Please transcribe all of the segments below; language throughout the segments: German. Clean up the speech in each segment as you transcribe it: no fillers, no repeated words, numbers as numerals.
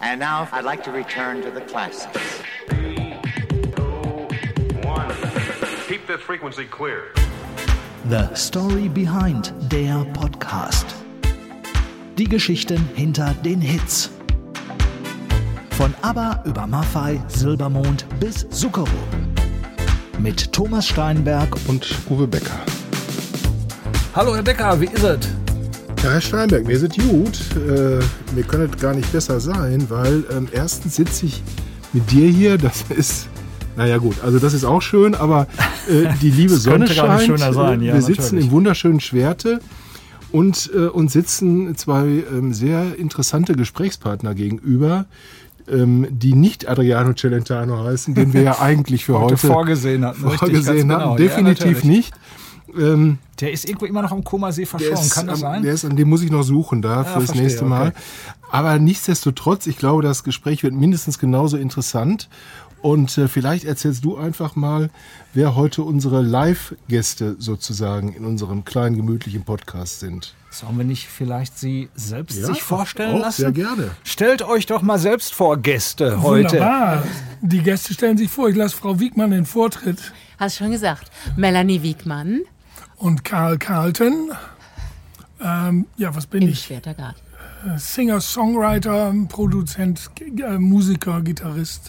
And now I'd like to return to the classics. 3, 2, 1. Keep this frequency clear. The Story Behind, der Podcast. Die Geschichten hinter den Hits. Von ABBA über Maffay, Silbermond bis Zucchero. Mit Thomas Steinberg und Uwe Becker. Hallo Herr Becker, wie ist es? Ja, Herr Steinberg, mir ist es gut. Mir könnte es gar nicht besser sein, weil erstens sitze ich mit dir hier, das ist, naja gut, also das ist auch schön, aber die liebe Sonne scheint. Schöner sein. Ja, wir sitzen im wunderschönen Schwerte und uns sitzen zwei sehr interessante Gesprächspartner gegenüber, die nicht Adriano Celentano heißen, den wir ja eigentlich für heute vorgesehen hatten. Genau. Definitiv ja, nicht. Der ist irgendwo immer noch am Komasee verschollen, kann das sein? An dem muss ich noch suchen fürs nächste Mal. Okay. Aber nichtsdestotrotz, ich glaube, das Gespräch wird mindestens genauso interessant. Und vielleicht erzählst du einfach mal, wer heute unsere Live-Gäste sozusagen in unserem kleinen, gemütlichen Podcast sind. Sollen wir nicht vielleicht Sie selbst sich vorstellen lassen? Sehr gerne. Stellt euch doch mal selbst vor, Gäste heute. Wunderbar. Die Gäste stellen sich vor. Ich lasse Frau Wiegmann den Vortritt. Hast schon gesagt. Melanie Wiegmann. Und Karl Carlton. Was bin ich? Schwertergarten. Singer, Songwriter, Produzent, Musiker, Gitarrist.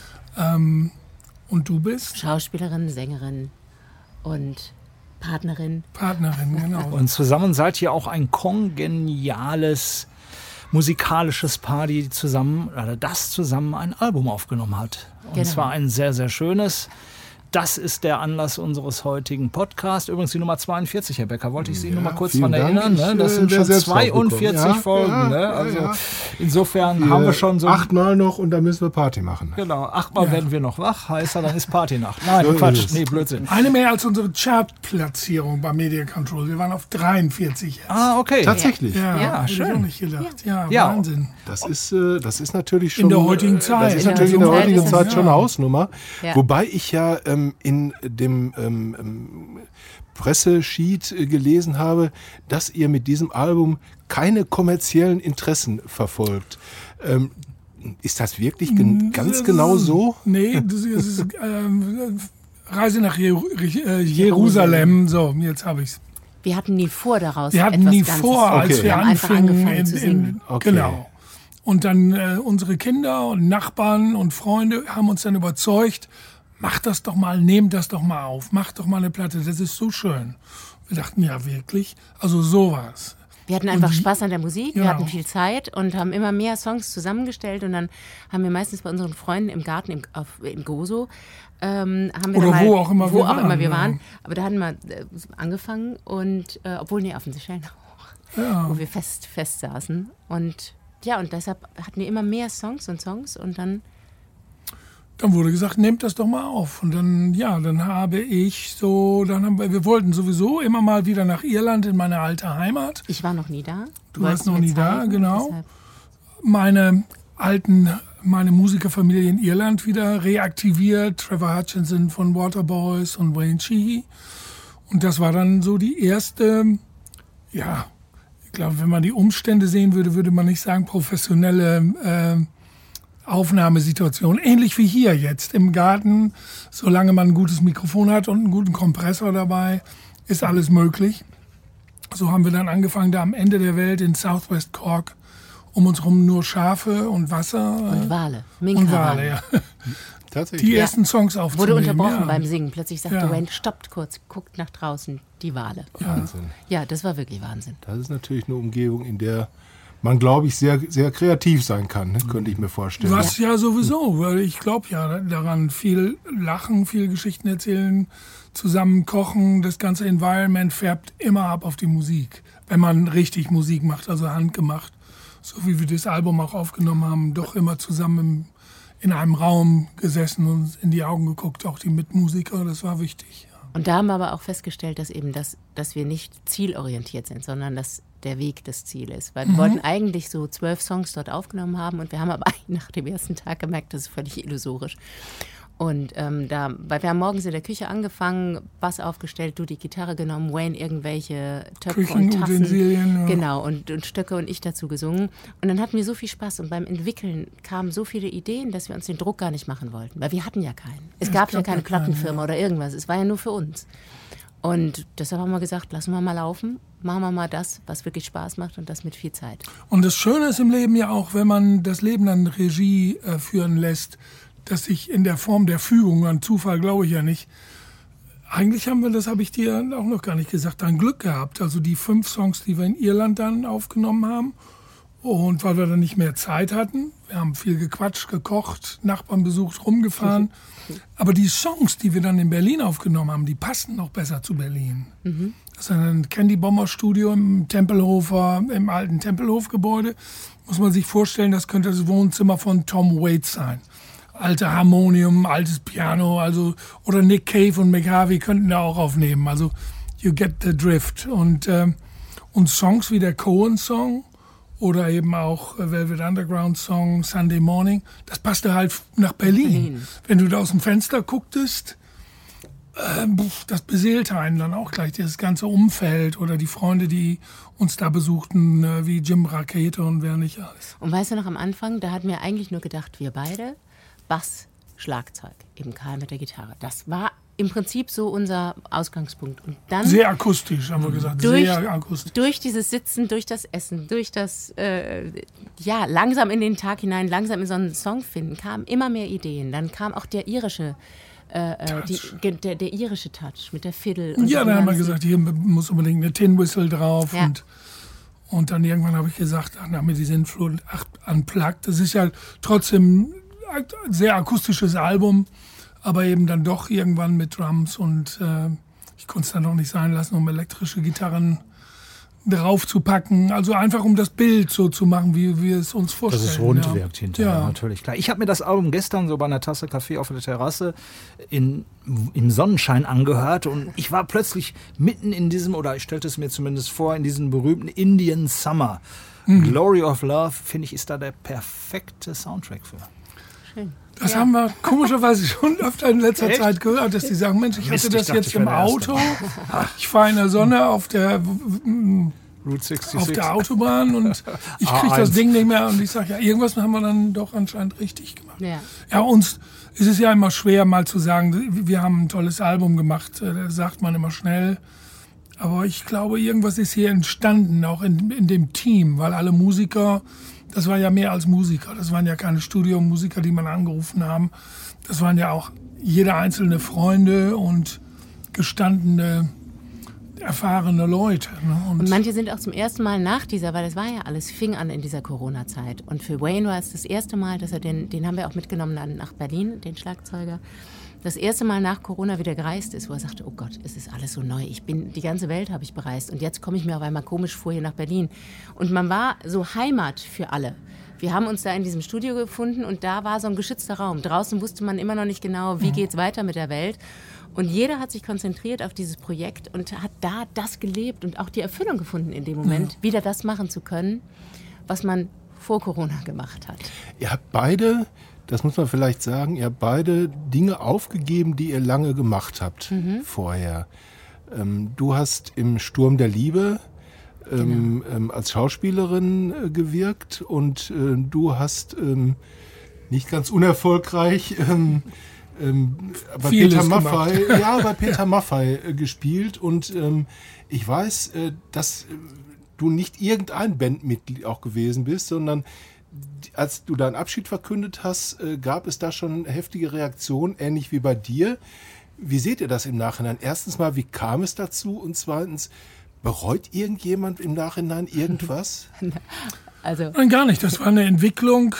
Und du bist? Schauspielerin, Sängerin und Partnerin. Partnerin, genau. Und zusammen seid ihr auch ein kongeniales musikalisches Paar, die zusammen ein Album aufgenommen hat. Und zwar ein sehr, sehr schönes. Das ist der Anlass unseres heutigen Podcasts. Übrigens die Nummer 42, Herr Becker. Wollte ich Sie nur mal kurz daran erinnern. Ne? Das sind schon 42 Folgen. Ne? Also insofern haben wir schon so... 8-mal noch und dann müssen wir Party machen. Genau, 8-mal werden wir noch wach. Heißt ja, dann ist Partynacht. Nein, so Quatsch. Nee, Blödsinn. Eine mehr als unsere Chartplatzierung bei Media Control. Wir waren auf 43 jetzt. Ah, okay. Tatsächlich. Ja, schön. Hätte ich auch nicht gedacht. Ja, Wahnsinn. Das ist natürlich schon... In der heutigen Zeit. Das ist natürlich in der heutigen Zeit schon eine Hausnummer. Ja. Wobei ich ja... in dem Pressesheet gelesen habe, dass ihr mit diesem Album keine kommerziellen Interessen verfolgt. Ist das wirklich ganz genau so? Nee, das ist Reise nach Jerusalem. So, jetzt habe ich es. Wir hatten nie vor daraus. Wir hatten nie vor, als wir anfingen. Genau. Und dann unsere Kinder und Nachbarn und Freunde haben uns dann überzeugt, mach das doch mal, nehmt das doch mal auf, mach doch mal eine Platte, das ist so schön. Wir dachten, ja wirklich, also sowas. Wir hatten einfach Spaß an der Musik, wir hatten viel Zeit und haben immer mehr Songs zusammengestellt und dann haben wir meistens bei unseren Freunden im Garten im Gozo, haben wir oder mal, wo auch immer wir waren. Aber da hatten wir angefangen und auf den Seychellen auch, wo wir fest saßen und deshalb hatten wir immer mehr Songs und dann wurde gesagt, nehmt das doch mal auf. Und dann wir wollten sowieso immer mal wieder nach Irland in meine alte Heimat. Ich war noch nie da. Du warst noch nie da, genau. Meine Musikerfamilie in Irland wieder reaktiviert. Trevor Hutchinson von Waterboys und Wayne Sheehy. Und das war dann so die erste, ich glaube, wenn man die Umstände sehen würde, würde man nicht sagen professionelle Aufnahmesituation, ähnlich wie hier jetzt im Garten, solange man ein gutes Mikrofon hat und einen guten Kompressor dabei, ist alles möglich. So haben wir dann angefangen, da am Ende der Welt in Southwest Cork, um uns herum nur Schafe und Wasser. Und Wale. Und Wale, ja. Tatsächlich. Die ersten Songs aufzunehmen. Wurde unterbrochen beim Singen. Plötzlich sagte Wayne, stoppt kurz, guckt nach draußen, die Wale. Wahnsinn. Ja, das war wirklich Wahnsinn. Das ist natürlich eine Umgebung, in der man, glaube ich, sehr, sehr kreativ sein kann, ne? Könnte ich mir vorstellen. Was ja sowieso, weil ich glaube ja daran, viel lachen, viel Geschichten erzählen, zusammen kochen, das ganze Environment färbt immer ab auf die Musik. Wenn man richtig Musik macht, also handgemacht, so wie wir das Album auch aufgenommen haben, doch immer zusammen in einem Raum gesessen und in die Augen geguckt, auch die Mitmusiker, das war wichtig. Und da haben wir aber auch festgestellt, dass wir nicht zielorientiert sind, sondern dass der Weg das Ziel ist. Weil wir wollten eigentlich so 12 Songs dort aufgenommen haben und wir haben aber nach dem ersten Tag gemerkt, das ist völlig illusorisch. Und weil wir haben morgens in der Küche angefangen, Bass aufgestellt, du die Gitarre genommen, Wayne irgendwelche Töpfe und Tassen, genau, und Stöcke und ich dazu gesungen. Und dann hatten wir so viel Spaß und beim Entwickeln kamen so viele Ideen, dass wir uns den Druck gar nicht machen wollten, weil wir hatten ja keinen. Es gab ja keine Plattenfirma oder irgendwas, es war ja nur für uns. Und deshalb haben wir gesagt, lassen wir mal laufen, machen wir mal das, was wirklich Spaß macht und das mit viel Zeit. Und das Schöne ist im Leben ja auch, wenn man das Leben dann Regie führen lässt, dass sich in der Form der Fügung, an Zufall glaube ich ja nicht, eigentlich haben wir, das habe ich dir auch noch gar nicht gesagt, dann Glück gehabt. Also die 5 Songs, die wir in Irland dann aufgenommen haben. Und weil wir dann nicht mehr Zeit hatten, wir haben viel gequatscht, gekocht, Nachbarn besucht, rumgefahren. Aber die Songs, die wir dann in Berlin aufgenommen haben, die passen noch besser zu Berlin. Das ist ein Candy Bomber Studio im alten Tempelhof-Gebäude. Muss man sich vorstellen, das könnte das Wohnzimmer von Tom Waits sein. Alte Harmonium, altes Piano, also oder Nick Cave und McHarvey könnten da auch aufnehmen. Also you get the drift. Und Songs wie der Cohen-Song oder eben auch Velvet Underground Song Sunday Morning, das passte halt nach Berlin. Wenn du da aus dem Fenster gucktest, das beseelte einen dann auch gleich, das ganze Umfeld oder die Freunde, die uns da besuchten, wie Jim Rakete und wer nicht alles. Und weißt du noch, am Anfang, da hatten wir eigentlich nur gedacht, wir beide, Bass, Schlagzeug, eben Karl mit der Gitarre. Das war im Prinzip so unser Ausgangspunkt. Und dann sehr akustisch, haben wir gesagt. Sehr akustisch. Durch dieses Sitzen, durch das Essen, durch das langsam in den Tag hinein, langsam in so einen Song finden, kamen immer mehr Ideen. Dann kam auch der irische der irische Touch mit der Fiddle. Und ja, dann haben wir gesagt, hier muss unbedingt eine Tin Whistle drauf. Ja. Und dann irgendwann habe ich gesagt, nach mir die Sintflut unplugged. Das ist ja trotzdem ein sehr akustisches Album, aber eben dann doch irgendwann mit Drums und ich konnte es dann noch nicht sein lassen, um elektrische Gitarren drauf zu packen. Also einfach, um das Bild so zu machen, wie wir es uns vorstellen. Dass es rund wirkt hinterher, natürlich. Klar. Ich habe mir das Album gestern so bei einer Tasse Kaffee auf der Terrasse im Sonnenschein angehört und ich war plötzlich mitten in diesem, oder ich stellte es mir zumindest vor, in diesem berühmten Indian Summer. Glory of Love, finde ich, ist da der perfekte Soundtrack für. Schön. Das haben wir komischerweise schon öfter in letzter Zeit gehört, dass die sagen, Mensch, ich hatte das jetzt im Auto. Ich fahre in der Sonne auf der Route 66. Auf der Autobahn und ich kriege das Ding nicht mehr. Und ich sage, ja, irgendwas haben wir dann doch anscheinend richtig gemacht. Ja, uns ist es ja immer schwer, mal zu sagen, wir haben ein tolles Album gemacht. Das sagt man immer schnell. Aber ich glaube, irgendwas ist hier entstanden, auch in dem Team, weil alle Musiker, das war ja mehr als Musiker. Das waren ja keine Studiomusiker, die man angerufen haben. Das waren ja auch jede einzelne Freunde und gestandene, erfahrene Leute. Ne? Und manche sind auch zum ersten Mal nach dieser, weil das war ja alles, fing an in dieser Corona-Zeit. Und für Wayne war es das erste Mal, dass er den haben wir auch mitgenommen nach Berlin, den Schlagzeuger, das erste Mal nach Corona wieder gereist ist, wo er sagte, oh Gott, es ist alles so neu. Die ganze Welt habe ich bereist und jetzt komme ich mir auf einmal komisch vor hier nach Berlin. Und man war so Heimat für alle. Wir haben uns da in diesem Studio gefunden und da war so ein geschützter Raum. Draußen wusste man immer noch nicht genau, wie geht's weiter mit der Welt. Und jeder hat sich konzentriert auf dieses Projekt und hat da das gelebt und auch die Erfüllung gefunden in dem Moment, wieder das machen zu können, was man vor Corona gemacht hat. Ihr habt beide, das muss man vielleicht sagen, ihr habt beide Dinge aufgegeben, die ihr lange gemacht habt vorher. Du hast im Sturm der Liebe als Schauspielerin gewirkt und du hast nicht ganz unerfolgreich bei Peter Maffay gespielt und ich weiß, dass du nicht irgendein Bandmitglied auch gewesen bist, sondern als du deinen Abschied verkündet hast, gab es da schon heftige Reaktionen, ähnlich wie bei dir. Wie seht ihr das im Nachhinein? Erstens mal, wie kam es dazu? Und zweitens, bereut irgendjemand im Nachhinein irgendwas? Nein, gar nicht. Das war eine Entwicklung.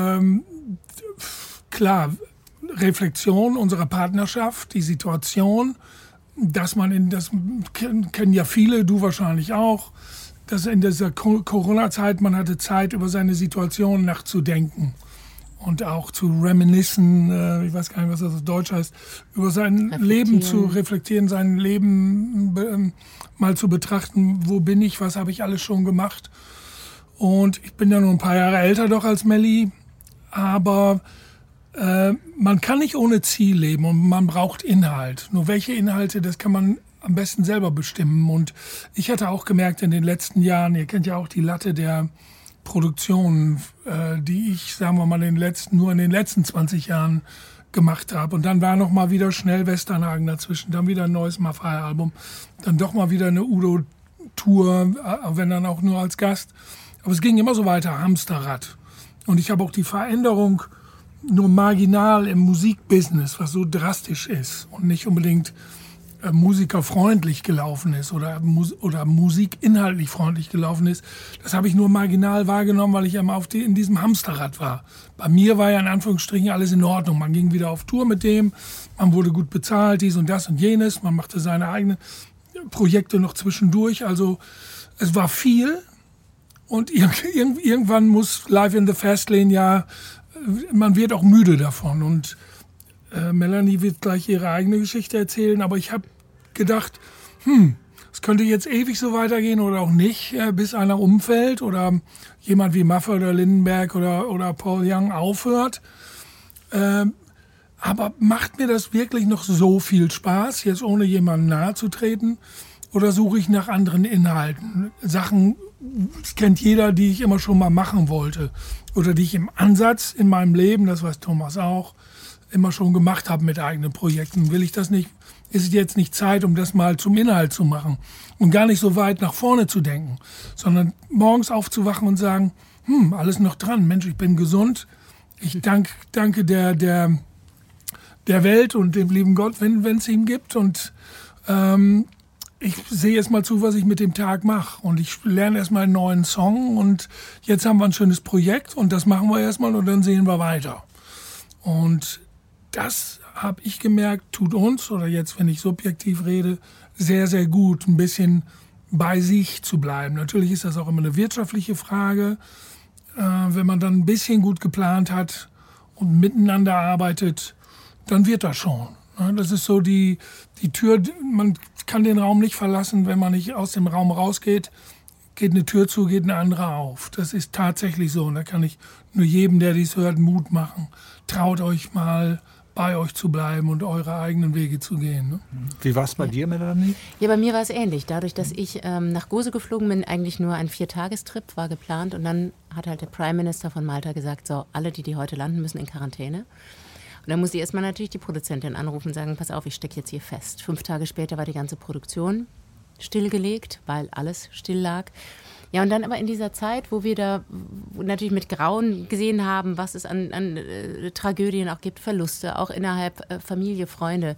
Klar, Reflexion unserer Partnerschaft, die Situation, dass man das kennen ja viele, du wahrscheinlich auch, dass in dieser Corona-Zeit man hatte Zeit, über seine Situation nachzudenken und auch zu reminiscen, ich weiß gar nicht, was das auf Deutsch heißt, über sein Leben zu reflektieren, sein Leben mal zu betrachten, wo bin ich, was habe ich alles schon gemacht. Und ich bin ja nur ein paar Jahre älter doch als Melli, aber man kann nicht ohne Ziel leben und man braucht Inhalt. Nur welche Inhalte, das kann man am besten selber bestimmen. Und ich hatte auch gemerkt in den letzten Jahren, ihr kennt ja auch die Latte der Produktionen, die ich, sagen wir mal, nur in den letzten 20 Jahren gemacht habe. Und dann war noch mal wieder schnell Westernhagen dazwischen, dann wieder ein neues Maffay-Album, dann doch mal wieder eine Udo-Tour, wenn dann auch nur als Gast. Aber es ging immer so weiter, Hamsterrad. Und ich habe auch die Veränderung nur marginal im Musikbusiness, was so drastisch ist und nicht unbedingt musikerfreundlich gelaufen ist oder musikinhaltlich freundlich gelaufen ist. Das habe ich nur marginal wahrgenommen, weil ich immer in diesem Hamsterrad war. Bei mir war ja in Anführungsstrichen alles in Ordnung. Man ging wieder auf Tour mit dem, man wurde gut bezahlt, dies und das und jenes. Man machte seine eigenen Projekte noch zwischendurch. Also es war viel und irgendwann muss Live in the Fastlane man wird auch müde davon. Und Melanie wird gleich ihre eigene Geschichte erzählen, aber ich habe gedacht, es könnte jetzt ewig so weitergehen oder auch nicht, bis einer umfällt oder jemand wie Maffay oder Lindenberg oder Paul Young aufhört. Aber macht mir das wirklich noch so viel Spaß, jetzt ohne jemandem nahe zu treten? Oder suche ich nach anderen Inhalten? Sachen, das kennt jeder, die ich immer schon mal machen wollte. Oder die ich im Ansatz in meinem Leben, das weiß Thomas auch, immer schon gemacht habe mit eigenen Projekten. Will ich das nicht, ist es jetzt nicht Zeit, um das mal zum Inhalt zu machen und gar nicht so weit nach vorne zu denken, sondern morgens aufzuwachen und sagen, alles noch dran, Mensch, ich bin gesund. Ich danke der Welt und dem lieben Gott, wenn es ihn gibt und ich sehe jetzt mal zu, was ich mit dem Tag mache. Und ich lerne erstmal einen neuen Song und jetzt haben wir ein schönes Projekt und das machen wir erstmal und dann sehen wir weiter. Und das habe ich gemerkt, tut uns, oder jetzt, wenn ich subjektiv rede, sehr, sehr gut, ein bisschen bei sich zu bleiben. Natürlich ist das auch immer eine wirtschaftliche Frage. Wenn man dann ein bisschen gut geplant hat und miteinander arbeitet, dann wird das schon. Das ist so die Tür, man kann den Raum nicht verlassen, wenn man nicht aus dem Raum rausgeht, geht eine Tür zu, geht eine andere auf. Das ist tatsächlich so und da kann ich nur jedem, der dies hört, Mut machen. Traut euch mal, bei euch zu bleiben und eure eigenen Wege zu gehen. Ne? Wie war es bei dir, Melanie? Ja, bei mir war es ähnlich. Dadurch, dass ich nach Gozo geflogen bin, eigentlich nur ein 4-Tagestrip war geplant und dann hat halt der Prime Minister von Malta gesagt, so, alle, die heute landen, müssen in Quarantäne. Und dann musste ich erstmal natürlich die Produzentin anrufen und sagen, pass auf, ich stecke jetzt hier fest. 5 Tage später war die ganze Produktion stillgelegt, weil alles still lag. Ja, und dann aber in dieser Zeit, wo wir da natürlich mit Grauen gesehen haben, was es an Tragödien auch gibt, Verluste, auch innerhalb Familie, Freunde,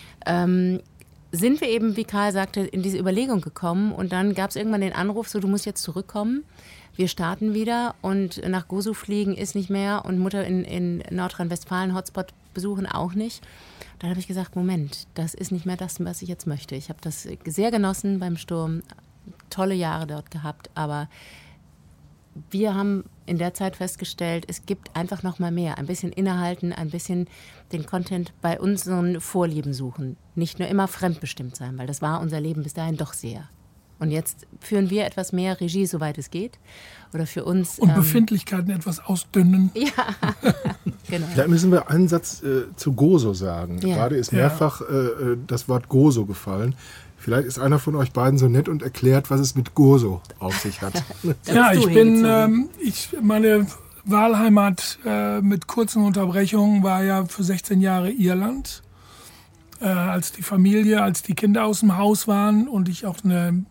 sind wir eben, wie Karl sagte, in diese Überlegung gekommen. Und dann gab es irgendwann den Anruf, so, du musst jetzt zurückkommen. Wir starten wieder und nach Gozo fliegen ist nicht mehr und Mutter in Nordrhein-Westfalen Hotspot besuchen auch nicht. Dann habe ich gesagt, Moment, das ist nicht mehr das, was ich jetzt möchte. Ich habe das sehr genossen beim Sturm, tolle Jahre dort gehabt, aber wir haben in der Zeit festgestellt, es gibt einfach noch mal mehr, ein bisschen innehalten, ein bisschen den Content bei unseren Vorlieben suchen, nicht nur immer fremdbestimmt sein, weil das war unser Leben bis dahin doch sehr. Und jetzt führen wir etwas mehr Regie, soweit es geht. Oder für uns. Und Befindlichkeiten etwas ausdünnen. Ja, genau. Vielleicht müssen wir einen Satz zu Gozo sagen. Ja. Gerade ist mehrfach das Wort Gozo gefallen. Vielleicht ist einer von euch beiden so nett und erklärt, was es mit Gozo auf sich hat. Ja, ich bin, meine Wahlheimat mit kurzen Unterbrechungen war ja für 16 Jahre Irland. Als die Kinder aus dem Haus waren und ich auch eine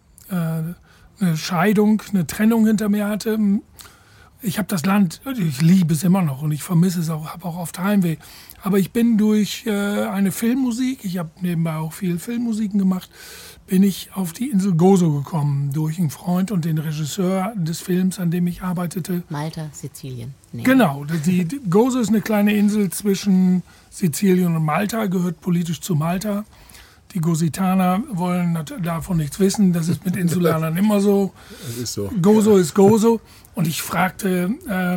Scheidung, eine Trennung hinter mir hatte. Ich habe das Land, ich liebe es immer noch und ich vermisse es auch, habe auch oft Heimweh. Aber ich bin durch eine Filmmusik, ich habe nebenbei auch viel Filmmusiken gemacht, bin ich auf die Insel Gozo gekommen, durch einen Freund und den Regisseur des Films, an dem ich arbeitete. Malta, Sizilien. Nee. Genau, Gozo ist eine kleine Insel zwischen Sizilien und Malta, gehört politisch zu Malta. Die Gositaner wollen davon nichts wissen, das ist mit Insulanern immer so. Das ist so. Gozo ist Gozo. Und ich fragte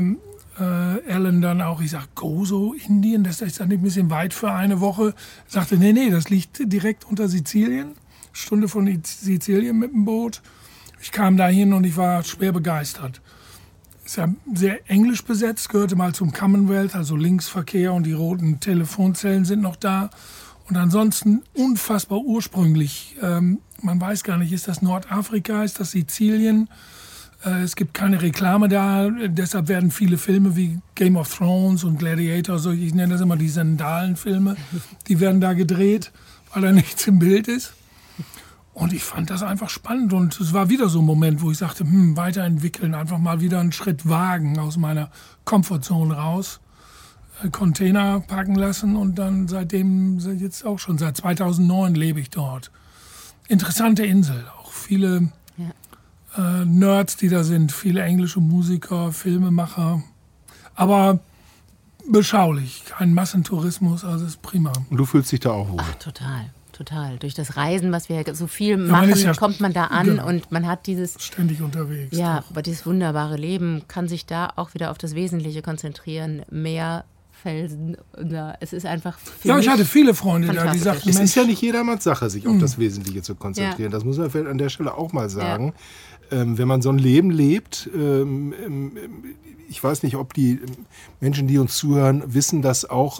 Alan dann auch, ich sage, Gozo, Indien, das ist dann ein bisschen weit für eine Woche. Er sagte, nee, das liegt direkt unter Sizilien, Stunde von Sizilien mit dem Boot. Ich kam da hin und ich war schwer begeistert. ist ja sehr englisch besetzt, gehörte mal zum Commonwealth, also Linksverkehr und die roten Telefonzellen sind noch da. Und ansonsten unfassbar ursprünglich. Man weiß gar nicht, ist das Nordafrika, ist das Sizilien? Es gibt keine Reklame da, deshalb werden viele Filme wie Game of Thrones und Gladiator, so, ich nenne das immer die Sandalenfilme, die werden da gedreht, weil da nichts im Bild ist. Und ich fand das einfach spannend und es war wieder so ein Moment, wo ich sagte, weiterentwickeln, einfach mal wieder einen Schritt wagen aus meiner Komfortzone raus, Container packen lassen und dann seitdem, jetzt auch schon seit 2009 lebe ich dort. Interessante Insel, auch viele Nerds, die da sind, viele englische Musiker, Filmemacher, aber beschaulich, kein Massentourismus, also ist prima. Und du fühlst dich da auch wohl? Ach, total. Durch das Reisen, was wir so viel machen, kommt man da an und man hat dieses... Ständig unterwegs. Ja, doch. aber dieses wunderbare Leben kann sich da auch wieder auf das Wesentliche konzentrieren. Meer, Felsen, es ist einfach... Ja, ich hatte viele Freunde da, die sagten... Es ist ja nicht jedermanns Sache, sich auf das Wesentliche zu konzentrieren. Ja. Das muss man an der Stelle auch mal sagen. Ja. Wenn man so ein Leben lebt... ich weiß nicht, ob die Menschen, die uns zuhören, wissen, dass auch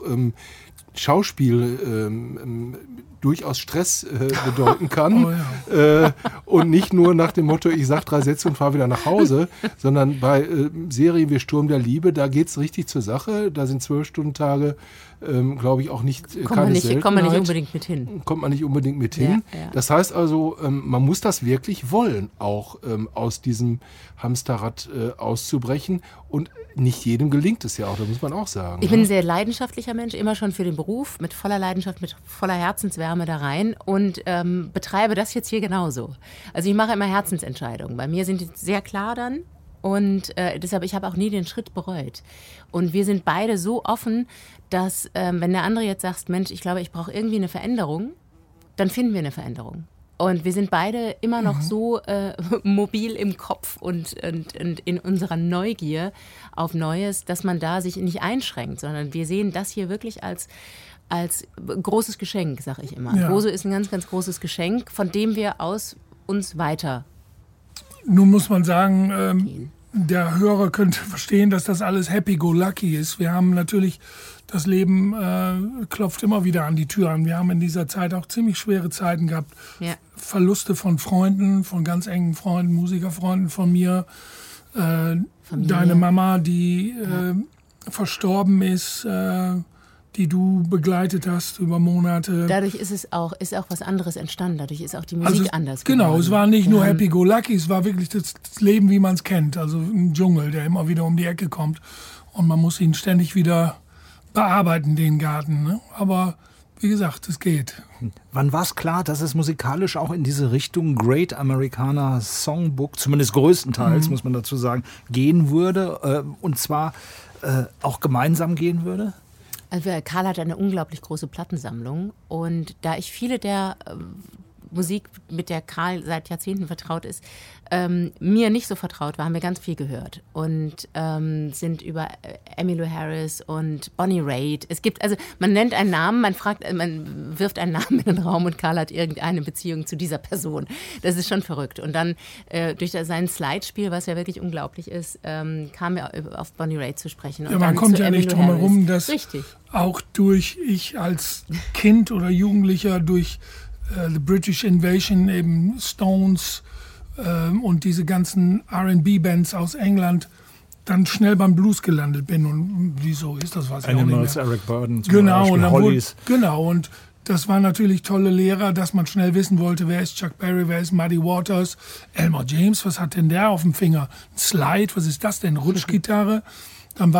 Schauspiel durchaus Stress bedeuten kann. Und nicht nur nach dem Motto, ich sag 3 Sätze und fahre wieder nach Hause, sondern bei Serien wie Sturm der Liebe, da geht's richtig zur Sache. Da sind 12-Stunden-Tage, glaube ich, auch nicht keine Seltenheit. Kommt man nicht unbedingt mit hin. Kommt man nicht unbedingt mit hin. Ja. Das heißt also, man muss das wirklich wollen, auch aus diesem Hamsterrad auszubrechen. Und nicht jedem gelingt es ja auch, da muss man auch sagen. Ich bin ein sehr leidenschaftlicher Mensch, immer schon für den Beruf, mit voller Leidenschaft, mit voller Herzenswärme da rein und betreibe das jetzt hier genauso. Also ich mache immer Herzensentscheidungen. Bei mir sind die sehr klar dann und deshalb, ich habe auch nie den Schritt bereut. Und wir sind beide so offen, dass wenn der andere jetzt sagt, Mensch, ich glaube, ich brauche irgendwie eine Veränderung, dann finden wir eine Veränderung. Und wir sind beide immer noch so mobil im Kopf und in unserer Neugier auf Neues, dass man da sich nicht einschränkt, sondern wir sehen das hier wirklich als großes Geschenk, sag ich immer. Ja. Gozo ist ein ganz, ganz großes Geschenk, von dem wir aus uns weiter. Nun muss man sagen, der Hörer könnte verstehen, dass das alles happy-go-lucky ist. Wir haben natürlich, das Leben klopft immer wieder an die Tür an. Wir haben in dieser Zeit auch ziemlich schwere Zeiten gehabt. Ja. Verluste von Freunden, von ganz engen Freunden, Musikerfreunden von mir. Deine Mama, die verstorben ist, die du begleitet hast über Monate. Dadurch ist auch was anderes entstanden. Dadurch ist auch die Musik anders geworden. Genau, es war nicht nur happy-go-lucky, es war wirklich das Leben, wie man es kennt. Also ein Dschungel, der immer wieder um die Ecke kommt. Und man muss ihn ständig wieder bearbeiten, den Garten. Ne? Aber wie gesagt, es geht. Wann war es klar, dass es musikalisch auch in diese Richtung Great Americana Songbook, zumindest größtenteils, muss man dazu sagen, gehen würde? Und zwar auch gemeinsam gehen würde? Also Karl hat eine unglaublich große Plattensammlung und da ich viele der Musik, mit der Karl seit Jahrzehnten vertraut ist, mir nicht so vertraut war, haben wir ganz viel gehört und sind über Emmylou Harris und Bonnie Raitt. Es gibt, also man nennt einen Namen, man wirft einen Namen in den Raum und Karl hat irgendeine Beziehung zu dieser Person. Das ist schon verrückt. Und dann durch sein Slide-Spiel, was ja wirklich unglaublich ist, kamen wir auf Bonnie Raitt zu sprechen. Und ja, man kommt ja nicht drum herum, dass auch ich als Kind oder Jugendlicher durch The British Invasion, eben Stones und diese ganzen R&B-Bands aus England dann schnell beim Blues gelandet bin. Und wieso ist das, weiß ich auch nicht mehr. Eric Burden zum genau, Beispiel, und dann Hollies. Und das waren natürlich tolle Lehrer, dass man schnell wissen wollte, wer ist Chuck Berry, wer ist Muddy Waters, Elmore James, was hat denn der auf dem Finger? Ein Slide, was ist das denn? Rutschgitarre. Dann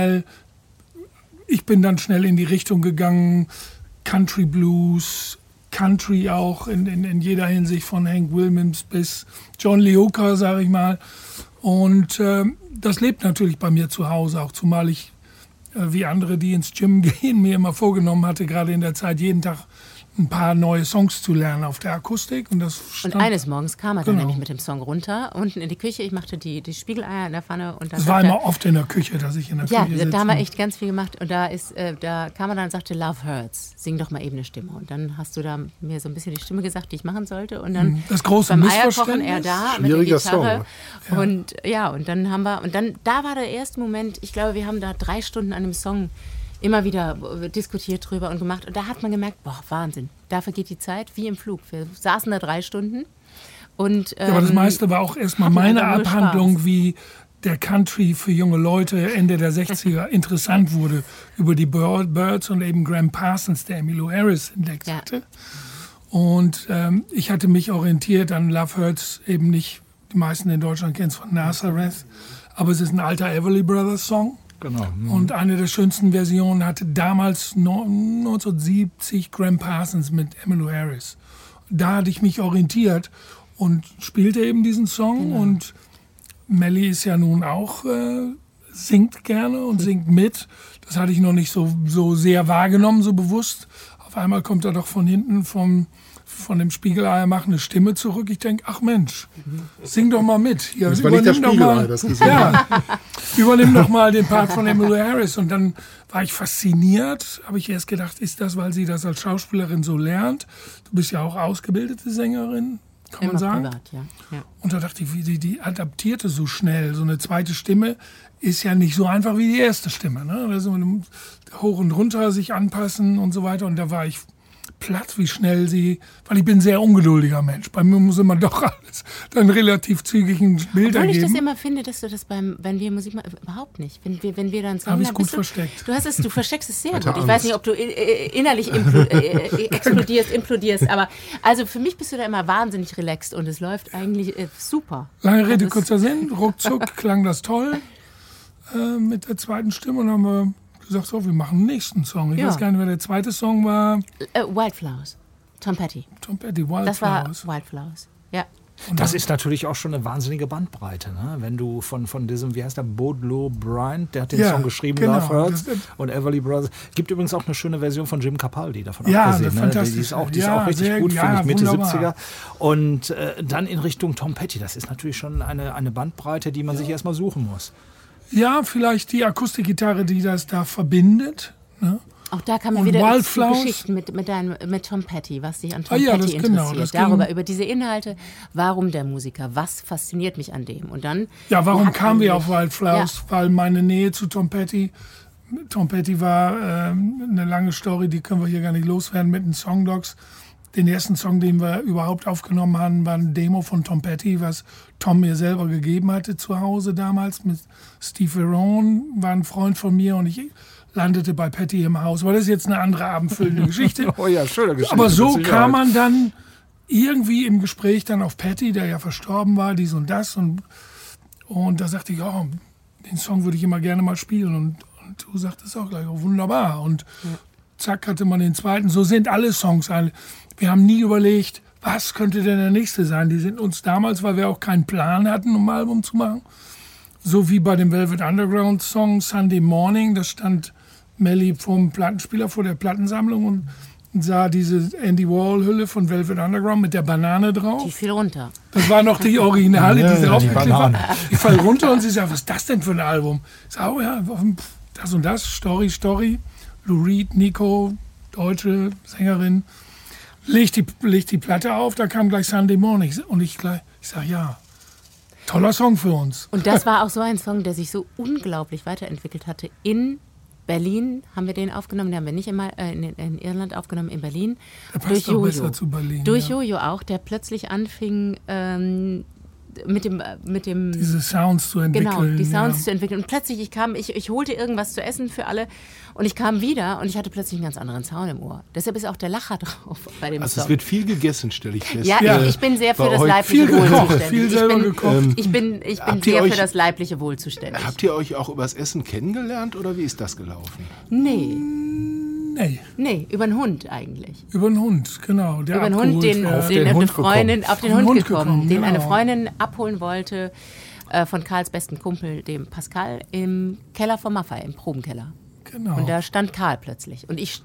ich bin dann schnell in die Richtung gegangen, Country Blues, Country auch in jeder Hinsicht, von Hank Williams bis John Lee Hooker, sage ich mal. Und das lebt natürlich bei mir zu Hause, auch zumal ich, wie andere, die ins Gym gehen, mir immer vorgenommen hatte, gerade in der Zeit jeden Tag ein paar neue Songs zu lernen auf der Akustik. Und eines Morgens kam er dann nämlich mit dem Song runter, unten in die Küche. Ich machte die Spiegeleier in der Pfanne. Und dann das war immer oft in der Küche, dass ich in der Küche sitze. Ja, da haben wir echt ganz viel gemacht. Und da kam er dann und sagte, Love Hurts, sing doch mal eben eine Stimme. Und dann hast du da mir so ein bisschen die Stimme gesagt, die ich machen sollte. Und dann das große beim Missverständnis. Eierkochen er da mit der Gitarre. Und dann haben wir, da war der erste Moment, ich glaube, wir haben da 3 Stunden an dem Song immer wieder diskutiert drüber und gemacht. Und da hat man gemerkt, boah, Wahnsinn, da vergeht die Zeit wie im Flug. Wir saßen da 3 Stunden. Und, aber das meiste war auch erstmal meine Abhandlung, Spaß. Wie der Country für junge Leute Ende der 60er interessant wurde. Über die Byrds und eben Graham Parsons, der Emmylou Harris entdeckt hatte. Und ich hatte mich orientiert an Love Hurts, eben nicht, die meisten in Deutschland kennen es von Nazareth, aber es ist ein alter Everly Brothers Song. Genau. Und eine der schönsten Versionen hatte damals 1970 Graham Parsons mit Emmylou Harris. Da hatte ich mich orientiert und spielte eben diesen Song. Genau. Und Melly ist ja nun auch, singt gerne und singt mit. Das hatte ich noch nicht so sehr wahrgenommen, so bewusst. Auf einmal kommt er doch von hinten von dem Spiegeleier eine Stimme zurück. Ich denke, ach Mensch, sing doch mal mit. Ja, das war nicht der Spiegeleier, das gesungen. Ja, übernimm doch mal den Part von Emmylou Harris. Und dann war ich fasziniert. Habe ich erst gedacht, ist das, weil sie das als Schauspielerin so lernt? Du bist ja auch ausgebildete Sängerin, kann man sagen. Privat, ja. Und da dachte ich, wie die adaptierte so schnell. So eine zweite Stimme ist ja nicht so einfach wie die erste Stimme. Ne? Also hoch und runter sich anpassen und so weiter. Und da war ich platt, wie schnell sie, weil ich bin ein sehr ungeduldiger Mensch. Bei mir muss immer doch alles dann relativ zügig ein Bild ergeben. Obwohl ich das immer finde, dass du das wenn wir Musik machen, überhaupt nicht. Wenn wir dann sagen, habe ich gut versteckt. Du versteckst es sehr gut. Ich weiß nicht, ob du innerlich implodierst, aber also für mich bist du da immer wahnsinnig relaxed und es läuft eigentlich super. Lange Rede, kurzer Sinn. Ruckzuck klang das toll mit der zweiten Stimme und haben wir gesagt, so, wir machen den nächsten Song. Ich weiß gar nicht, wer der zweite Song war. Wildflowers. Tom Petty. Wildflowers. Das war Wildflowers, ja. Und das ist natürlich auch schon eine wahnsinnige Bandbreite. Ne? Wenn du von diesem, wie heißt der, Boudleaux Bryant, der hat den Song geschrieben, genau. Love Hurts, und Everly Brothers. Gibt übrigens auch eine schöne Version von Jim Capaldi davon abgesehen. Ne? Die ist auch richtig gut, finde ich, Mitte wunderbar. 70er. Und dann in Richtung Tom Petty. Das ist natürlich schon eine Bandbreite, die man sich erstmal suchen muss. Ja, vielleicht die Akustikgitarre, die das da verbindet. Ne? Auch da kann man wieder Geschichten mit Tom Petty, was dich an Tom Petty interessiert. Über diese Inhalte, warum der Musiker, was fasziniert mich an dem. Und dann, warum kamen wir auf Wildflowers? Ja. Weil meine Nähe zu Tom Petty war eine lange Story, die können wir hier gar nicht loswerden mit den Songdocs. Den ersten Song, den wir überhaupt aufgenommen haben, war ein Demo von Tom Petty, was Tom mir selber gegeben hatte zu Hause damals mit Steve Verone, war ein Freund von mir und ich landete bei Petty im Haus. Aber das ist jetzt eine andere abendfüllende Geschichte. Oh ja, schöne Geschichte. Aber so kam man dann irgendwie im Gespräch dann auf Petty, der ja verstorben war, dies und das. Und da sagte ich, den Song würde ich immer gerne mal spielen. Und du sagtest auch gleich, wunderbar. Und zack, hatte man den zweiten. So sind alle Songs. Wir haben nie überlegt, was könnte denn der nächste sein. Die sind uns damals, weil wir auch keinen Plan hatten, um ein Album zu machen. So wie bei dem Velvet Underground Song Sunday Morning. Da stand Melly vom Plattenspieler vor der Plattensammlung und sah diese Andy Warhol-Hülle von Velvet Underground mit der Banane drauf. Die fiel runter. Das war noch die Originale, die draufgeklebt war. Die fiel runter und sie sagt, was ist das denn für ein Album? Ich sage, das und das, Story. Lou Reed, Nico, deutsche Sängerin. Leg die Platte auf, da kam gleich Sunday Morning. Und ich sage, ja, toller Song für uns. Und das war auch so ein Song, der sich so unglaublich weiterentwickelt hatte. In Berlin haben wir den aufgenommen, den haben wir nicht immer in Irland aufgenommen, in Berlin. Der passt auch besser zu Berlin. Durch Jojo auch, der plötzlich anfing mit dem diese Sounds zu entwickeln. Genau, die Sounds zu entwickeln. Und plötzlich, ich holte irgendwas zu essen für alle und ich kam wieder und ich hatte plötzlich einen ganz anderen Sound im Ohr. Deshalb ist auch der Lacher drauf bei dem Song. Es wird viel gegessen, stelle ich fest. Ja, ich bin sehr für das leibliche Wohl zuständig. Viel selber gekocht. Ich bin sehr für das leibliche Wohl zuständig. Habt ihr euch auch übers Essen kennengelernt oder wie ist das gelaufen? Nee, über einen Hund eigentlich. Über einen Hund, genau. Über einen Hund, den eine Freundin auf den Hund gekommen, den eine Freundin abholen wollte von Karls besten Kumpel, dem Pascal, im Keller von Maffei, im Probenkeller. Genau. Und da stand Karl plötzlich. Und ich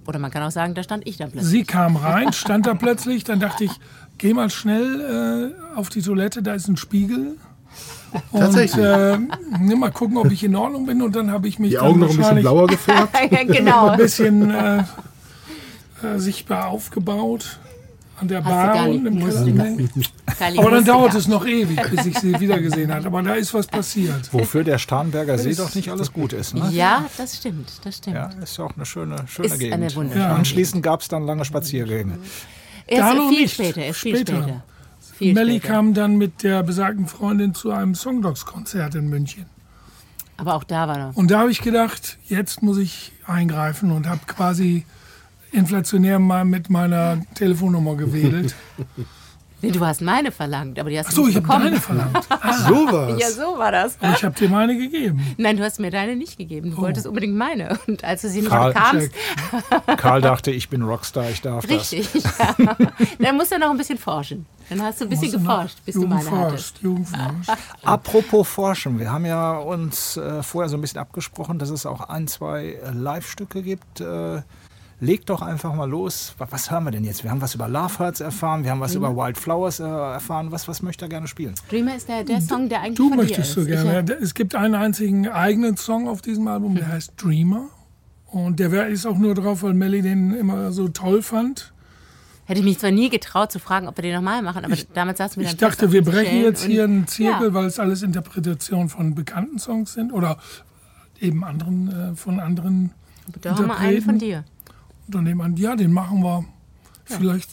Oder man kann auch sagen, da stand ich dann plötzlich. Sie kam rein, stand da plötzlich, dann dachte ich, geh mal schnell auf die Toilette, da ist ein Spiegel. Tatsächlich. Und mal gucken, ob ich in Ordnung bin. Und dann habe ich mich Die Augen noch ein bisschen blauer gefärbt. Ja, genau. ein bisschen sichtbar aufgebaut an der Bar und im Keller. Aber dann dauert es noch ewig, bis ich sie wiedergesehen habe. Aber da ist was passiert. Wofür der Starnberger See doch nicht alles gut ist. Ne? Ja, das stimmt. Ja, ist ja auch eine schöne Ist Gegend. eine wunderschöne Anschließend gab es dann lange Spaziergänge. Er noch ist viel nicht. später. Später. Viel Melly später. kam dann mit der besagten Freundin zu einem Songdogs-Konzert in München. Aber auch da war er. Und da habe ich gedacht, jetzt muss ich eingreifen und habe quasi inflationär mal mit meiner Telefonnummer gewedelt. Nee, du hast meine verlangt, aber die hast Achso, du ich nicht habe bekommen. deine verlangt. So war's. Ja, so war das. Aber ich habe dir meine gegeben. Nein, du hast mir deine nicht gegeben. Du wolltest unbedingt meine. Und als du sie nicht Karl, bekamst, Karl dachte, ich bin Rockstar, ich darf richtig. Ja. Dann musst du noch ein bisschen forschen. Dann hast du ein bisschen geforscht, bis du meine hattest. Jugendforscht. Apropos Forschen, wir haben ja uns vorher so ein bisschen abgesprochen, dass es auch 1, 2 Live-Stücke gibt. Leg doch einfach mal los. Was hören wir denn jetzt? Wir haben was über Love Hurts erfahren, wir haben was über Wildflowers erfahren. Was möchte er gerne spielen? Dreamer ist der Song, der eigentlich Du von dir möchtest ist. so gerne. Es gibt einen einzigen eigenen Song auf diesem Album, der heißt Dreamer. Und der ist auch nur drauf, weil Melly den immer so toll fand. Hätte ich mich zwar nie getraut zu fragen, ob wir den nochmal machen, aber damals saßen wir dann Ich dachte, wir brechen Stellen jetzt hier und- einen Zirkel, Ja. weil es alles Interpretationen von bekannten Songs sind oder eben von anderen Da haben wir einen von Interpreten. dir. Und dann nehmen wir, ja, den machen wir vielleicht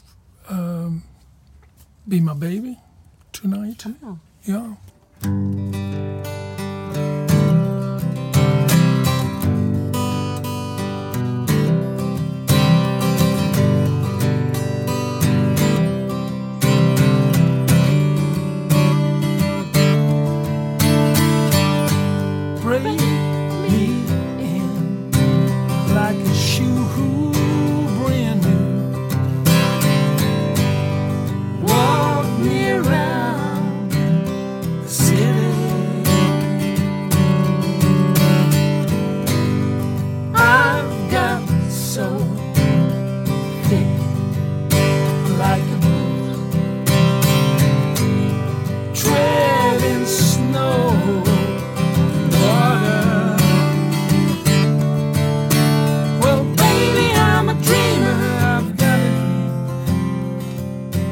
Be My Baby Tonight. Ja. Bring me in like a shoe brand new. Walk me around the city. I've got so thick like a boot, treading snow. Well, baby, I'm a dreamer. I've got a dream.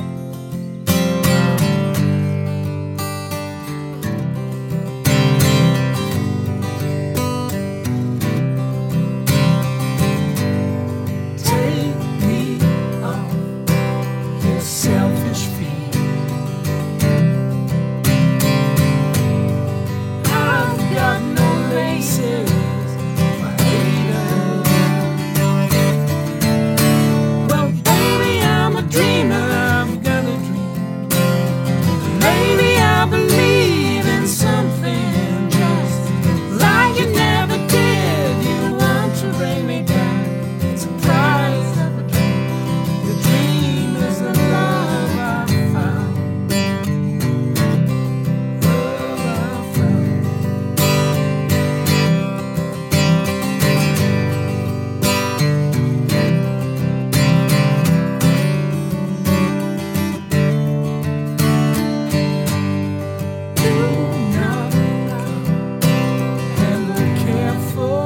Take me off your selfish feet. I've got no laces for haters. Well, baby, I'm a dreamer. I've got a dream. Maybe I believe in something just like you never did. You want to bring me down. It's a prize of a dream. The dream is the love I found. Love I found. Do not handle careful.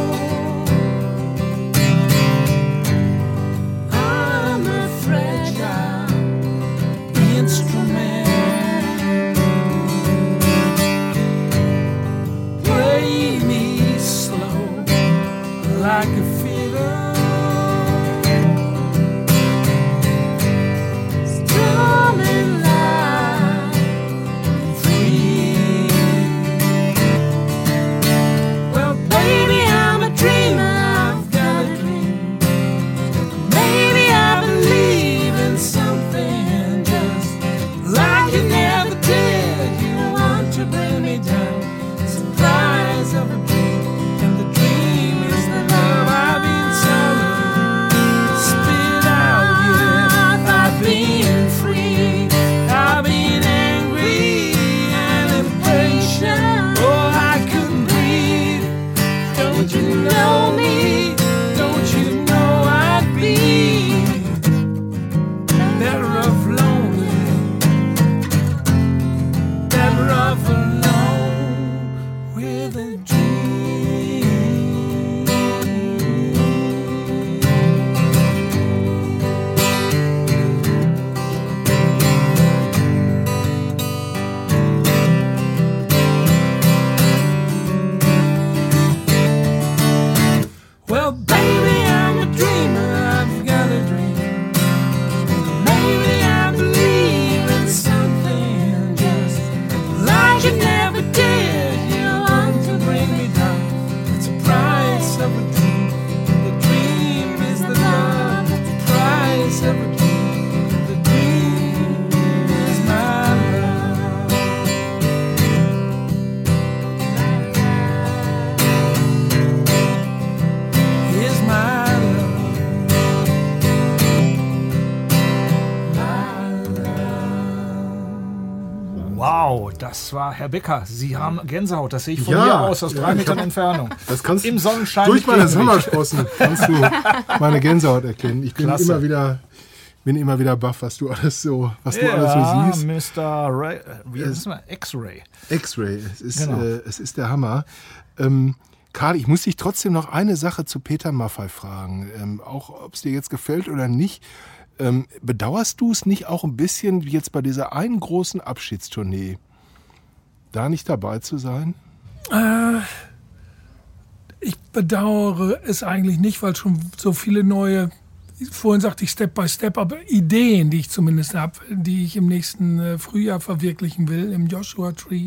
I'm a fragile instrument. Play me slow like a fiddle. Strumming like free. Well, baby, I'm a dreamer. I've got a dream. Maybe I believe in something just like you never did. You want to bring me down. It's the prize of a dream, and the dream is the love I Wow, das war Herr Becker. Sie haben Gänsehaut. Das sehe ich von hier aus 3 Metern Entfernung. Das kannst im Sonnenschein. Durch meine Sommersprossen kannst du meine Gänsehaut erkennen. Ich bin immer wieder baff, was du alles so siehst. Mr. Ray, X-Ray. X-Ray, es ist der Hammer. Karl, ich muss dich trotzdem noch eine Sache zu Peter Maffay fragen. Auch ob es dir jetzt gefällt oder nicht. Bedauerst du es nicht auch ein bisschen, wie jetzt bei dieser einen großen Abschiedstournee, da nicht dabei zu sein? Ich bedauere es eigentlich nicht, weil schon so viele neue, vorhin sagte ich Step by Step, aber Ideen, die ich zumindest habe, die ich im nächsten Frühjahr verwirklichen will, im Joshua Tree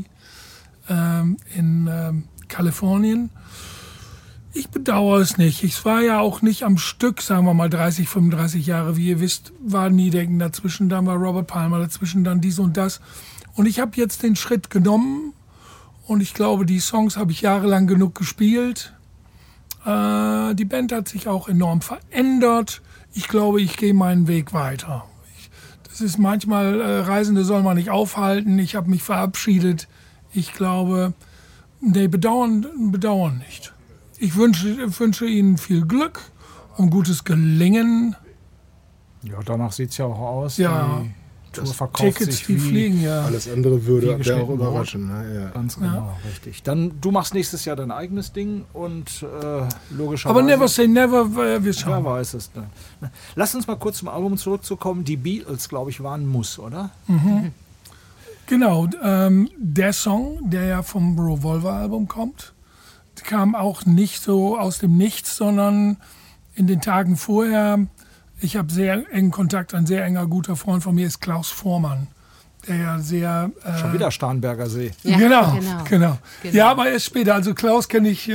in Kalifornien. Ich bedauere es nicht. Ich war ja auch nicht am Stück, sagen wir mal 30, 35 Jahre. Wie ihr wisst, war Niedecken dazwischen, dann war Robert Palmer dazwischen, dann dies und das. Und ich habe jetzt den Schritt genommen und ich glaube, die Songs habe ich jahrelang genug gespielt. Die Band hat sich auch enorm verändert. Ich glaube, ich gehe meinen Weg weiter. Das ist manchmal, Reisende soll man nicht aufhalten. Ich habe mich verabschiedet. Ich glaube, bedauern nicht. Ich wünsche Ihnen viel Glück und gutes Gelingen. Ja, danach sieht es ja auch aus. Ja, die Tour verkauft Tickets, sich die fliegen, ja. Alles andere wäre auch überraschend. Ne? Ja. Ganz genau, richtig. Dann, du machst nächstes Jahr dein eigenes Ding und logischerweise... Aber never say never, wir schauen. Wer weiß es. Ne? Lass uns mal kurz zum Album zurückzukommen. Die Beatles, glaube ich, waren ein Muss, oder? Mhm. Genau, der Song, der ja vom Revolver-Album kommt, kam auch nicht so aus dem Nichts, sondern in den Tagen vorher, ich habe sehr engen Kontakt, ein sehr enger, guter Freund von mir ist Klaus Voormann, der ja sehr... Schon wieder Starnberger See. Ja, genau. Ja, aber erst später, also Klaus kenne ich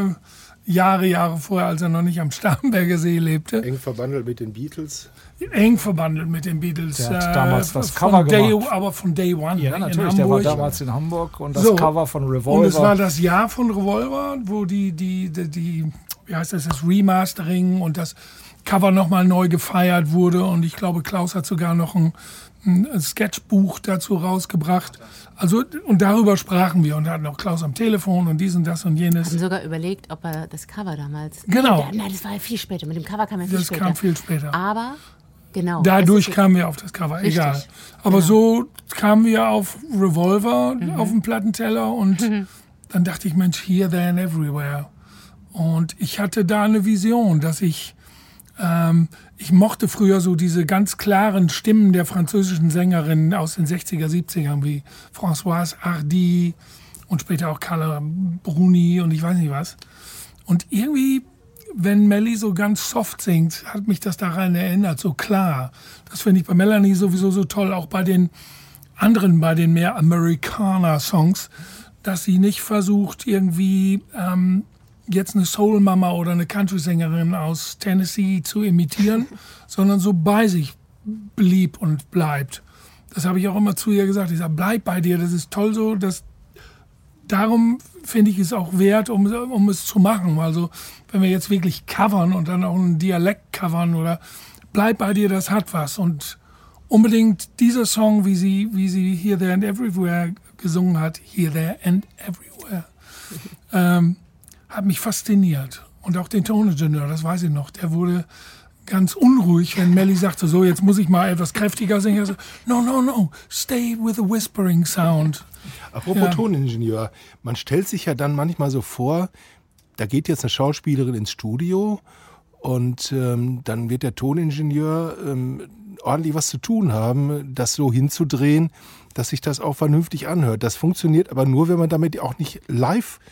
Jahre vorher, als er noch nicht am Starnberger See lebte. Eng verbandelt mit den Beatles. Eng verbandelt mit den Beatles. Der hat damals das Cover gemacht. Aber von Day One. Ja, natürlich. Der war damals in Hamburg und das Cover von Revolver. Und es war das Jahr von Revolver, wo die wie heißt das Remastering und das Cover nochmal neu gefeiert wurde. Und ich glaube, Klaus hat sogar noch ein Sketchbuch dazu rausgebracht. Also, und darüber sprachen wir und hatten auch Klaus am Telefon und dies und das und jenes. Wir haben sogar überlegt, ob er das Cover damals... Genau. Nein, das war ja viel später. Mit dem Cover kam er viel später. Das kam viel später. Aber... Genau. Dadurch kamen wir auf das Cover, richtig. Egal. Aber so kamen wir auf Revolver auf dem Plattenteller und dann dachte ich, Mensch, here, there and everywhere. Und ich hatte da eine Vision, dass ich mochte früher so diese ganz klaren Stimmen der französischen Sängerinnen aus den 60er, 70ern, wie Françoise Hardy und später auch Carla Bruni und ich weiß nicht was. Und irgendwie... Wenn Melly so ganz soft singt, hat mich das daran erinnert, so klar. Das finde ich bei Melanie sowieso so toll, auch bei den anderen, bei den mehr Amerikaner-Songs, dass sie nicht versucht, irgendwie jetzt eine Soul-Mama oder eine Country-Sängerin aus Tennessee zu imitieren, sondern so bei sich blieb und bleibt. Das habe ich auch immer zu ihr gesagt. Ich sage, bleib bei dir, das ist toll so, darum finde ich es auch wert, um es zu machen. Also wenn wir jetzt wirklich covern und dann auch einen Dialekt covern oder bleib bei dir, das hat was. Und unbedingt dieser Song, wie sie Here, There and Everywhere gesungen hat, Here, There and Everywhere, hat mich fasziniert. Und auch den Toningenieur, das weiß ich noch, der wurde ganz unruhig, wenn Melly sagte, so jetzt muss ich mal etwas kräftiger singen. Also, no, stay with the whispering sound. Apropos Toningenieur, man stellt sich ja dann manchmal so vor, da geht jetzt eine Schauspielerin ins Studio und dann wird der Toningenieur ordentlich was zu tun haben, das so hinzudrehen, dass sich das auch vernünftig anhört. Das funktioniert aber nur, wenn man damit nicht live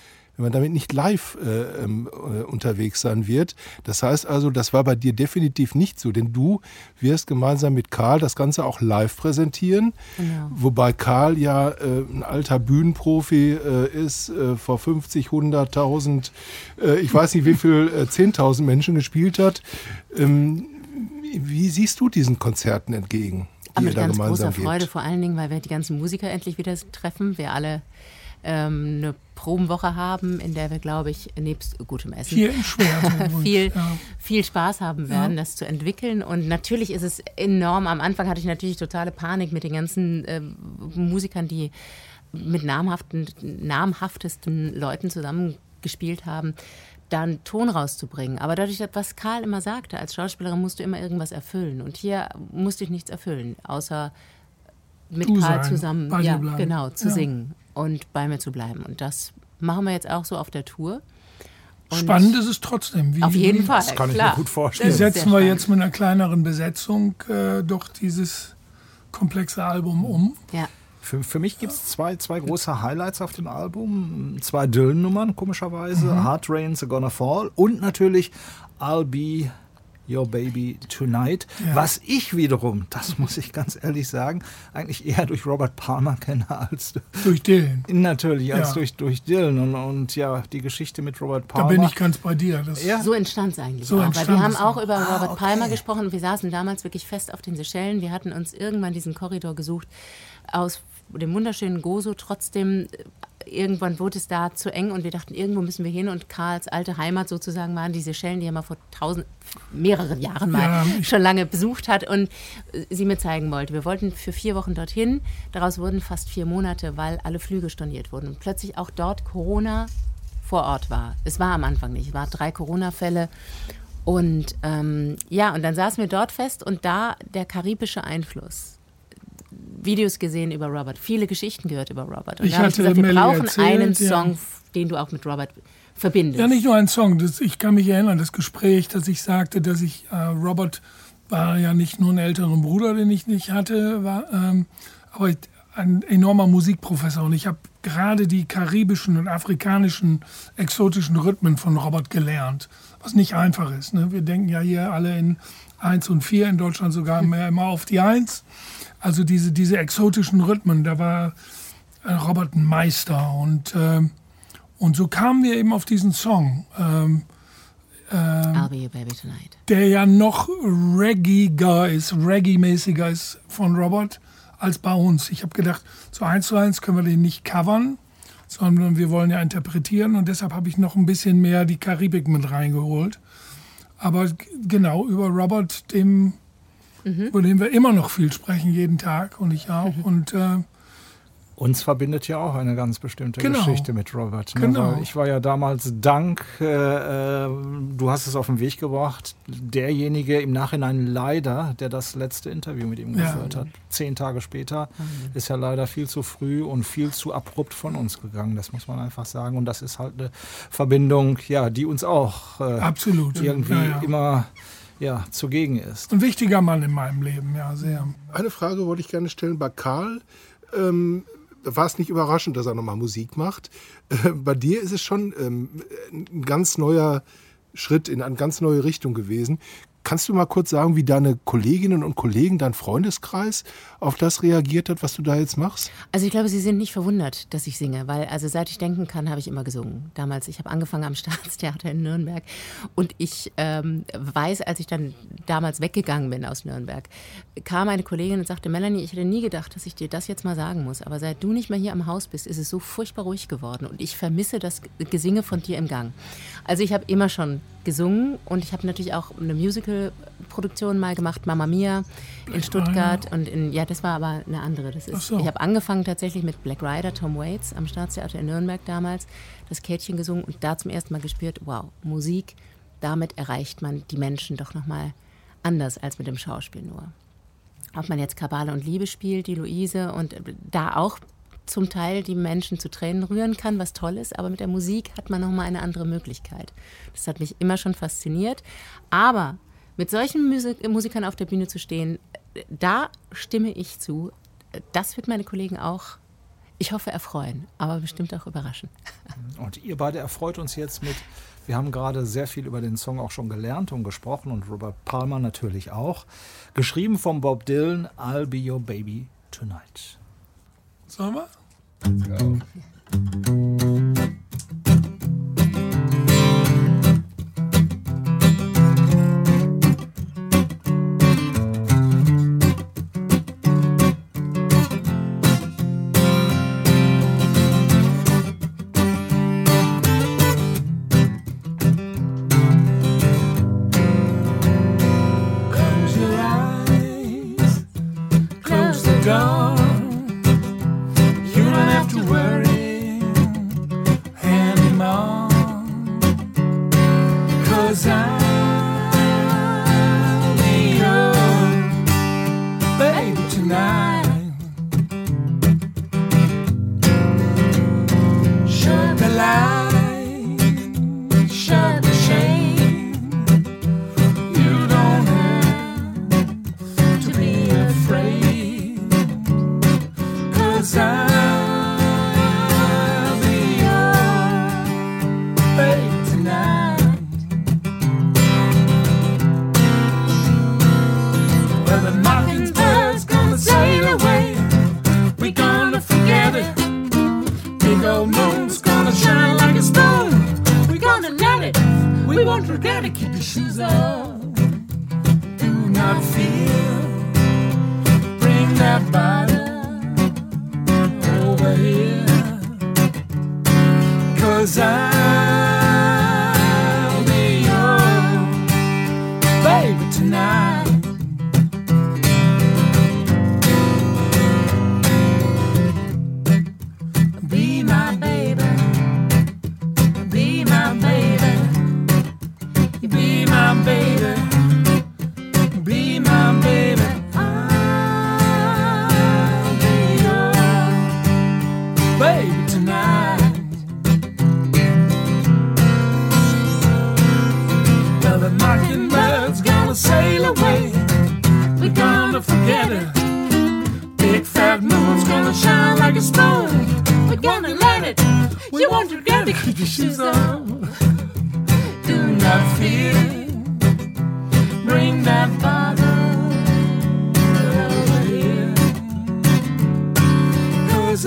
unterwegs sein wird. Das heißt also, das war bei dir definitiv nicht so, denn du wirst gemeinsam mit Karl das Ganze auch live präsentieren, wobei Karl ja ein alter Bühnenprofi ist, vor 50, 100.000, ich weiß nicht wie viel, 10.000 Menschen gespielt hat. Wie siehst du diesen Konzerten entgegen? Mit ganz großer Freude, vor allen Dingen, weil wir die ganzen Musiker endlich wieder treffen. Wir alle eine Probenwoche haben, in der wir, glaube ich, nebst gutem Essen Hier im Schwert viel Spaß haben werden, das zu entwickeln. Und natürlich ist es enorm. Am Anfang hatte ich natürlich totale Panik mit den ganzen Musikern, die mit namhaftesten Leuten zusammengespielt haben, dann Ton rauszubringen. Aber dadurch, was Karl immer sagte, als Schauspielerin musst du immer irgendwas erfüllen. Und hier musste ich nichts erfüllen, außer mit Karl zusammen zu singen und bei mir zu bleiben. Und das machen wir jetzt auch so auf der Tour. Und spannend ist es trotzdem. Auf jeden Fall, das kann ich mir gut vorstellen. Wie setzen wir jetzt mit einer kleineren Besetzung doch dieses komplexe Album um? Ja. Für mich gibt es zwei große Highlights auf dem Album. 2 Dylan-Nummern, komischerweise. Hard Rain's Gonna Fall und natürlich I'll Be Your Baby Tonight. Ja. Was ich wiederum, das muss ich ganz ehrlich sagen, eigentlich eher durch Robert Palmer kenne als durch Dylan. Natürlich, als durch Dylan. Und ja, die Geschichte mit Robert Palmer. Da bin ich ganz bei dir. So entstand es eigentlich auch. Weil wir haben auch über Robert Palmer gesprochen und wir saßen damals wirklich fest auf den Seychellen. Wir hatten uns irgendwann diesen Korridor gesucht aus dem wunderschönen Gozo. Trotzdem, irgendwann wurde es da zu eng und wir dachten, irgendwo müssen wir hin. Und Karls alte Heimat sozusagen waren die Seychellen, die er mal vor mehreren Jahren mal schon lange besucht hat und sie mir zeigen wollte. Wir wollten für 4 Wochen dorthin. Daraus wurden fast 4 Monate, weil alle Flüge storniert wurden. Und plötzlich auch dort Corona vor Ort war. Es war am Anfang nicht. Es waren 3 Corona-Fälle. Und und dann saßen wir dort fest und da der karibische Einfluss. Videos gesehen über Robert, viele Geschichten gehört über Robert. Und da habe ich gesagt, wir brauchen einen Song, den du auch mit Robert verbindest. Ja, nicht nur einen Song. Ich kann mich erinnern, das Gespräch, dass ich sagte, dass ich, Robert war ja nicht nur ein älteren Bruder, den ich nicht hatte, aber ein enormer Musikprofessor. Und ich habe gerade die karibischen und afrikanischen exotischen Rhythmen von Robert gelernt, was nicht einfach ist. Ne? Wir denken ja hier alle in 1 und 4, in Deutschland sogar immer auf die 1. Also diese exotischen Rhythmen, da war Robert ein Meister. Und so kamen wir eben auf diesen Song. I'll Be Your Baby Tonight. Der ja noch Reggae-mäßiger ist von Robert als bei uns. Ich habe gedacht, so 1:1 können wir den nicht covern, sondern wir wollen ja interpretieren. Und deshalb habe ich noch ein bisschen mehr die Karibik mit reingeholt. Aber genau, über Robert, über den wir immer noch viel sprechen, jeden Tag und ich auch. Und uns verbindet ja auch eine ganz bestimmte Geschichte mit Robert. Ne? Genau. Weil ich war ja damals du hast es auf den Weg gebracht, derjenige im Nachhinein leider, der das letzte Interview mit ihm geführt hat. 10 Tage später ist ja leider viel zu früh und viel zu abrupt von uns gegangen. Das muss man einfach sagen. Und das ist halt eine Verbindung, die uns auch absolut irgendwie immer zugegen ist. Ein wichtiger Mann in meinem Leben, ja, sehr. Eine Frage wollte ich gerne stellen. Bei Karl war es nicht überraschend, dass er nochmal Musik macht. Bei dir ist es schon ein ganz neuer Schritt in eine ganz neue Richtung gewesen. Kannst du mal kurz sagen, wie deine Kolleginnen und Kollegen, dein Freundeskreis auf das reagiert hat, was du da jetzt machst? Also ich glaube, sie sind nicht verwundert, dass ich singe, weil seit ich denken kann, habe ich immer gesungen. Damals, ich habe angefangen am Staatstheater in Nürnberg und ich weiß, als ich dann damals weggegangen bin aus Nürnberg, kam eine Kollegin und sagte, Melanie, ich hätte nie gedacht, dass ich dir das jetzt mal sagen muss, aber seit du nicht mehr hier am Haus bist, ist es so furchtbar ruhig geworden und ich vermisse das Gesinge von dir im Gang. Also ich habe immer schon gesungen und ich habe natürlich auch eine Musical-Produktion mal gemacht, Mamma Mia in Stuttgart und das war aber eine andere. Ich habe angefangen tatsächlich mit Black Rider, Tom Waits am Staatstheater in Nürnberg damals, das Käthchen gesungen und da zum ersten Mal gespürt, wow, Musik, damit erreicht man die Menschen doch nochmal anders als mit dem Schauspiel nur. Ob man jetzt Kabale und Liebe spielt, die Luise und da auch zum Teil die Menschen zu Tränen rühren kann, was toll ist, aber mit der Musik hat man nochmal eine andere Möglichkeit. Das hat mich immer schon fasziniert, aber mit solchen Musikern auf der Bühne zu stehen, da stimme ich zu, das wird meine Kollegen auch, ich hoffe, erfreuen, aber bestimmt auch überraschen. Und ihr beide erfreut uns jetzt mit, wir haben gerade sehr viel über den Song auch schon gelernt und gesprochen und Robert Palmer natürlich auch, geschrieben von Bob Dylan, I'll Be Your Baby Tonight. Sollen wir? Ja. 'cause I'll be yours, baby, tonight. Shut the light, shut the shade. You don't have to be afraid, 'cause I'll be yours, baby, tonight. Well, the mockingbird's gonna sail away. We're gonna forget it. Big old moon's gonna shine like a stone. We're gonna let it. We won't regret it. Keep your shoes on. Do not fear. Bring that bottle over here. 'Cause I'll be yours, baby, tonight. Be my baby, be my baby, be my baby, be my baby. I'll be yours, baby, tonight. Well, the mockingbird's gonna sail away. We're gonna forget it. Big fat moon's gonna shine like a stone. We're gonna let it. You won't regret it. Keep your shoes on. Do not fear. Bring that bottle over here. 'Cause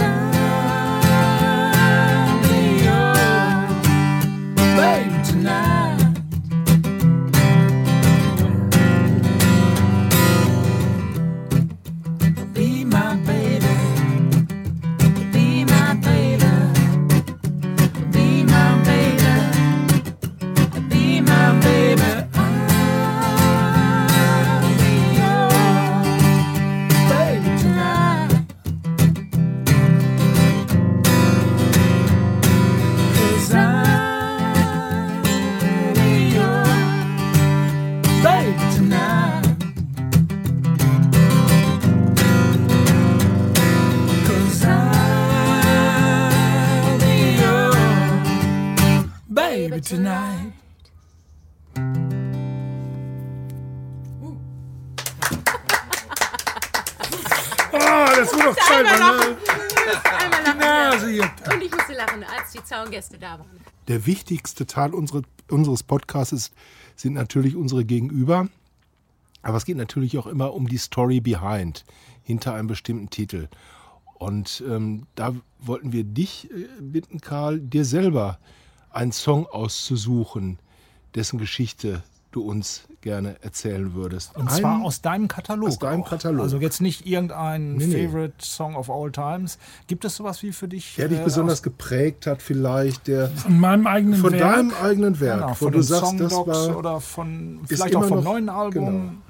I'll be yours, baby, tonight. Be my baby, be my baby, be my baby, be my baby. I'll be yours, baby, tonight. 'Cause I'll be yours, baby, tonight. 'Cause I'll be yours, baby, tonight. Das wird doch Zeit, Mann. Einmal lachen. Nase hier. Und ich musste lachen, als die Zaungäste da waren. Der wichtigste Teil unseres Podcasts sind natürlich unsere Gegenüber. Aber es geht natürlich auch immer um die Story behind, hinter einem bestimmten Titel. Und da wollten wir dich bitten, Karl, dir selber einen Song auszusuchen, dessen Geschichte du uns gerne erzählen würdest. Und zwar aus deinem Katalog. Aus deinem Katalog. Also jetzt nicht irgendein Nee. Favorite Song of all times. Gibt es sowas wie für dich? Der dich besonders geprägt hat vielleicht, der Von meinem eigenen von Werk. deinem eigenen Werk, Genau, wo von du den sagst, das Songdocs war oder von ist vielleicht auch immer vom noch- neuen Album.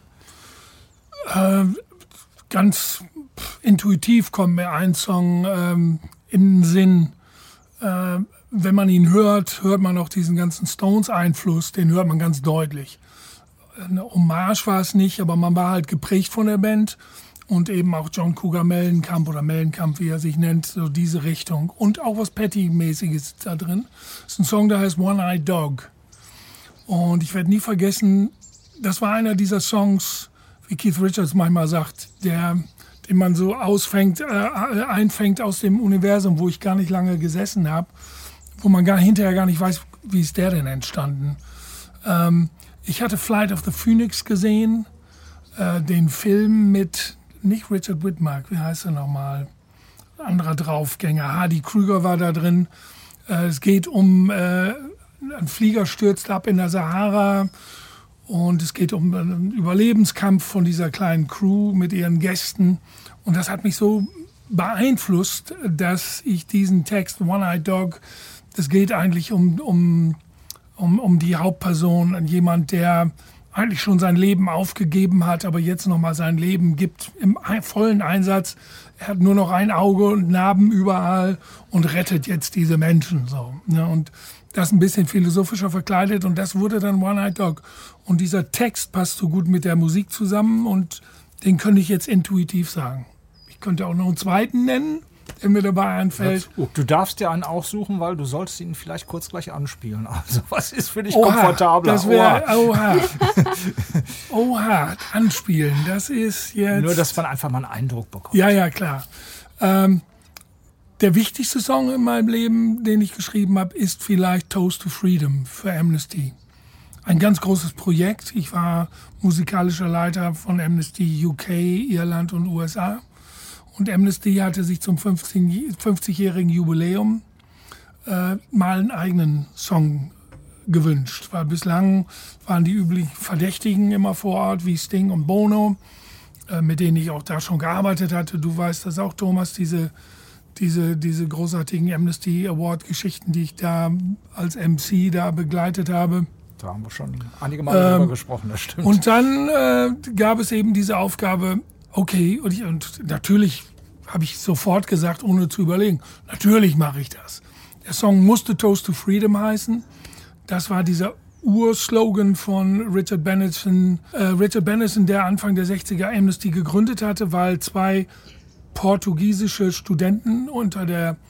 Ganz intuitiv kommt mir ein Song in den Sinn. Wenn man ihn hört, hört man auch diesen ganzen Stones-Einfluss, den hört man ganz deutlich. Eine Hommage war es nicht, aber man war halt geprägt von der Band und eben auch John Cougar Mellencamp oder Mellencamp, wie er sich nennt, so diese Richtung. Und auch was Petty-mäßiges da drin. Das ist ein Song, der heißt One-Eyed Dog. Und ich werde nie vergessen, das war einer dieser Songs, wie Keith Richards manchmal sagt, den man so einfängt aus dem Universum, wo ich gar nicht lange gesessen habe, wo man hinterher gar nicht weiß, wie ist der denn entstanden. Ich hatte Flight of the Phoenix gesehen, den Film mit, nicht Richard Widmark, wie heißt er nochmal, anderer Draufgänger, Hardy Krüger war da drin. Es geht um, ein Flieger stürzt ab in der Sahara und es geht um einen Überlebenskampf von dieser kleinen Crew mit ihren Gästen. Und das hat mich so beeinflusst, dass ich diesen Text One-Eyed Dog, das geht eigentlich um die Hauptperson, jemand, der eigentlich schon sein Leben aufgegeben hat, aber jetzt nochmal sein Leben gibt im vollen Einsatz. Er hat nur noch ein Auge und Narben überall und rettet jetzt diese Menschen. So, ne? Und das ein bisschen philosophischer verkleidet und das wurde dann One Eyed Dog. Und dieser Text passt so gut mit der Musik zusammen und den könnte ich jetzt intuitiv sagen. Ich könnte auch noch einen zweiten nennen, der mir dabei einfällt. Du darfst dir einen aussuchen, weil du solltest ihn vielleicht kurz gleich anspielen. Also was ist für dich komfortabler? Das wäre Oha, anspielen. Das ist jetzt... Nur, dass man einfach mal einen Eindruck bekommt. Ja, klar. Der wichtigste Song in meinem Leben, den ich geschrieben habe, ist vielleicht Toast to Freedom für Amnesty. Ein ganz großes Projekt. Ich war musikalischer Leiter von Amnesty UK, Irland und USA. Und Amnesty hatte sich zum 50-jährigen Jubiläum mal einen eigenen Song gewünscht. Weil bislang waren die üblichen Verdächtigen immer vor Ort, wie Sting und Bono, mit denen ich auch da schon gearbeitet hatte. Du weißt das auch, Thomas, diese großartigen Amnesty Award-Geschichten, die ich da als MC da begleitet habe. Da haben wir schon einige Mal darüber gesprochen, das stimmt. Und dann gab es eben diese Aufgabe, okay, und natürlich habe ich sofort gesagt, ohne zu überlegen, natürlich mache ich das. Der Song musste Toast to Freedom heißen. Das war dieser Urslogan von Richard Benison. Richard Benison, der Anfang der 60er Amnesty gegründet hatte, weil zwei portugiesische Studenten unter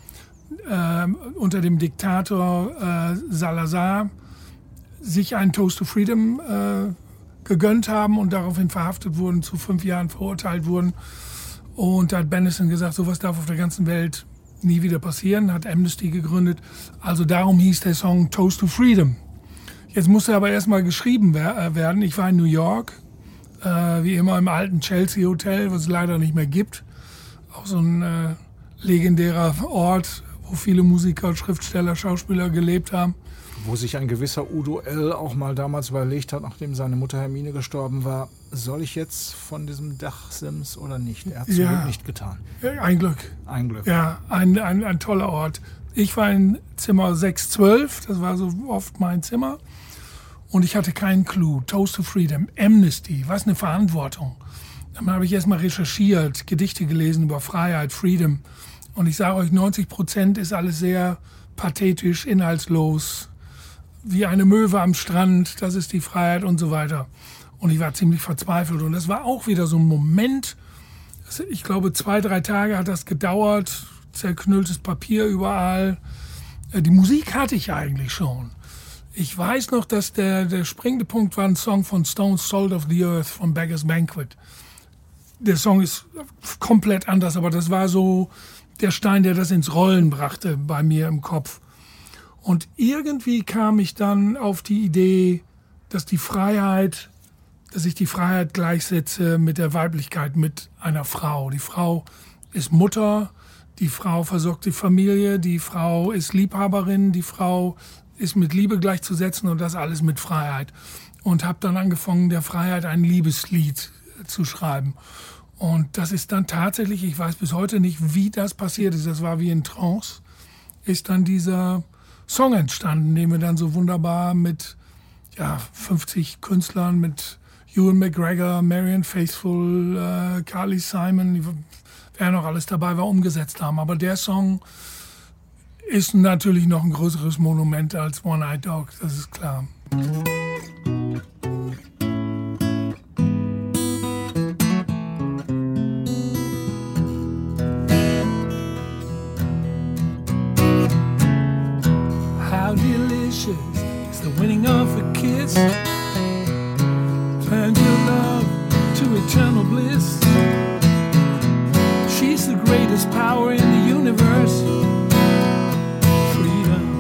dem Diktator Salazar sich einen Toast to Freedom gegönnt haben und daraufhin verhaftet wurden, zu 5 Jahren verurteilt wurden. Und da hat Benison gesagt, sowas darf auf der ganzen Welt nie wieder passieren, hat Amnesty gegründet. Also darum hieß der Song Toast to Freedom. Jetzt musste aber erstmal geschrieben werden. Ich war in New York, wie immer im alten Chelsea Hotel, was es leider nicht mehr gibt. Auch so ein legendärer Ort, wo viele Musiker, Schriftsteller, Schauspieler gelebt haben. Wo sich ein gewisser Udo L. auch mal damals überlegt hat, nachdem seine Mutter Hermine gestorben war, soll ich jetzt von diesem Dachsims oder nicht? Er hat es nicht getan. Ein Glück. Ein Glück. Ja, ein toller Ort. Ich war in Zimmer 612, das war so oft mein Zimmer. Und ich hatte keinen Clou. Toast to Freedom, Amnesty, was eine Verantwortung. Dann habe ich erstmal recherchiert, Gedichte gelesen über Freiheit, Freedom. Und ich sage euch, 90% ist alles sehr pathetisch, inhaltslos. Wie eine Möwe am Strand, das ist die Freiheit und so weiter. Und ich war ziemlich verzweifelt. Und das war auch wieder so ein Moment, ich glaube 2-3 Tage hat das gedauert, zerknülltes Papier überall. Die Musik hatte ich eigentlich schon. Ich weiß noch, dass der springende Punkt war ein Song von Stones, Salt of the Earth von Beggars Banquet. Der Song ist komplett anders, aber das war so der Stein, der das ins Rollen brachte bei mir im Kopf. Und irgendwie kam ich dann auf die Idee, dass ich die Freiheit gleichsetze mit der Weiblichkeit, mit einer Frau. Die Frau ist Mutter, die Frau versorgt die Familie, die Frau ist Liebhaberin, die Frau ist mit Liebe gleichzusetzen und das alles mit Freiheit. Und habe dann angefangen, der Freiheit ein Liebeslied zu schreiben. Und das ist dann tatsächlich, ich weiß bis heute nicht, wie das passiert ist, das war wie in Trance, ist dann dieser Song entstanden, den wir dann so wunderbar mit 50 Künstlern, mit Ewan McGregor, Marianne Faithfull, Carly Simon, wer noch alles dabei war, umgesetzt haben. Aber der Song ist natürlich noch ein größeres Monument als One Eyed Dog, das ist klar. How delicious is the winning of a kiss. Turn your love to eternal bliss. She's the greatest power in the universe. Freedom.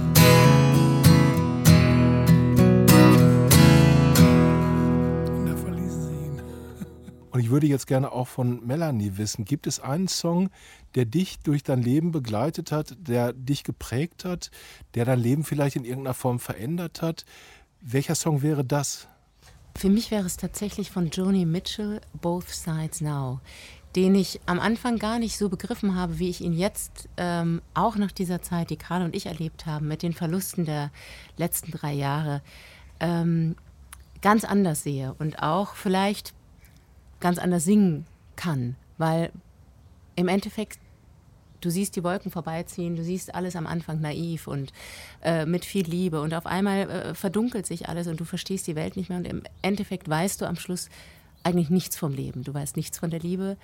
Und da verließen sie ihn. Und ich würde jetzt gerne auch von Melanie wissen, gibt es einen Song, der dich durch dein Leben begleitet hat, der dich geprägt hat, der dein Leben vielleicht in irgendeiner Form verändert hat? Welcher Song wäre das? Für mich wäre es tatsächlich von Joni Mitchell, Both Sides Now, den ich am Anfang gar nicht so begriffen habe, wie ich ihn jetzt, auch nach dieser Zeit, die Karl und ich erlebt haben, mit den Verlusten der letzten 3 Jahre, ganz anders sehe und auch vielleicht ganz anders singen kann, weil im Endeffekt du siehst die Wolken vorbeiziehen, du siehst alles am Anfang naiv und mit viel Liebe und auf einmal verdunkelt sich alles und du verstehst die Welt nicht mehr und im Endeffekt weißt du am Schluss eigentlich nichts vom Leben, du weißt nichts von der Liebe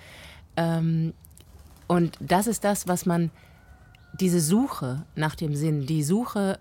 und das ist das, was man, diese Suche nach dem Sinn, die Suche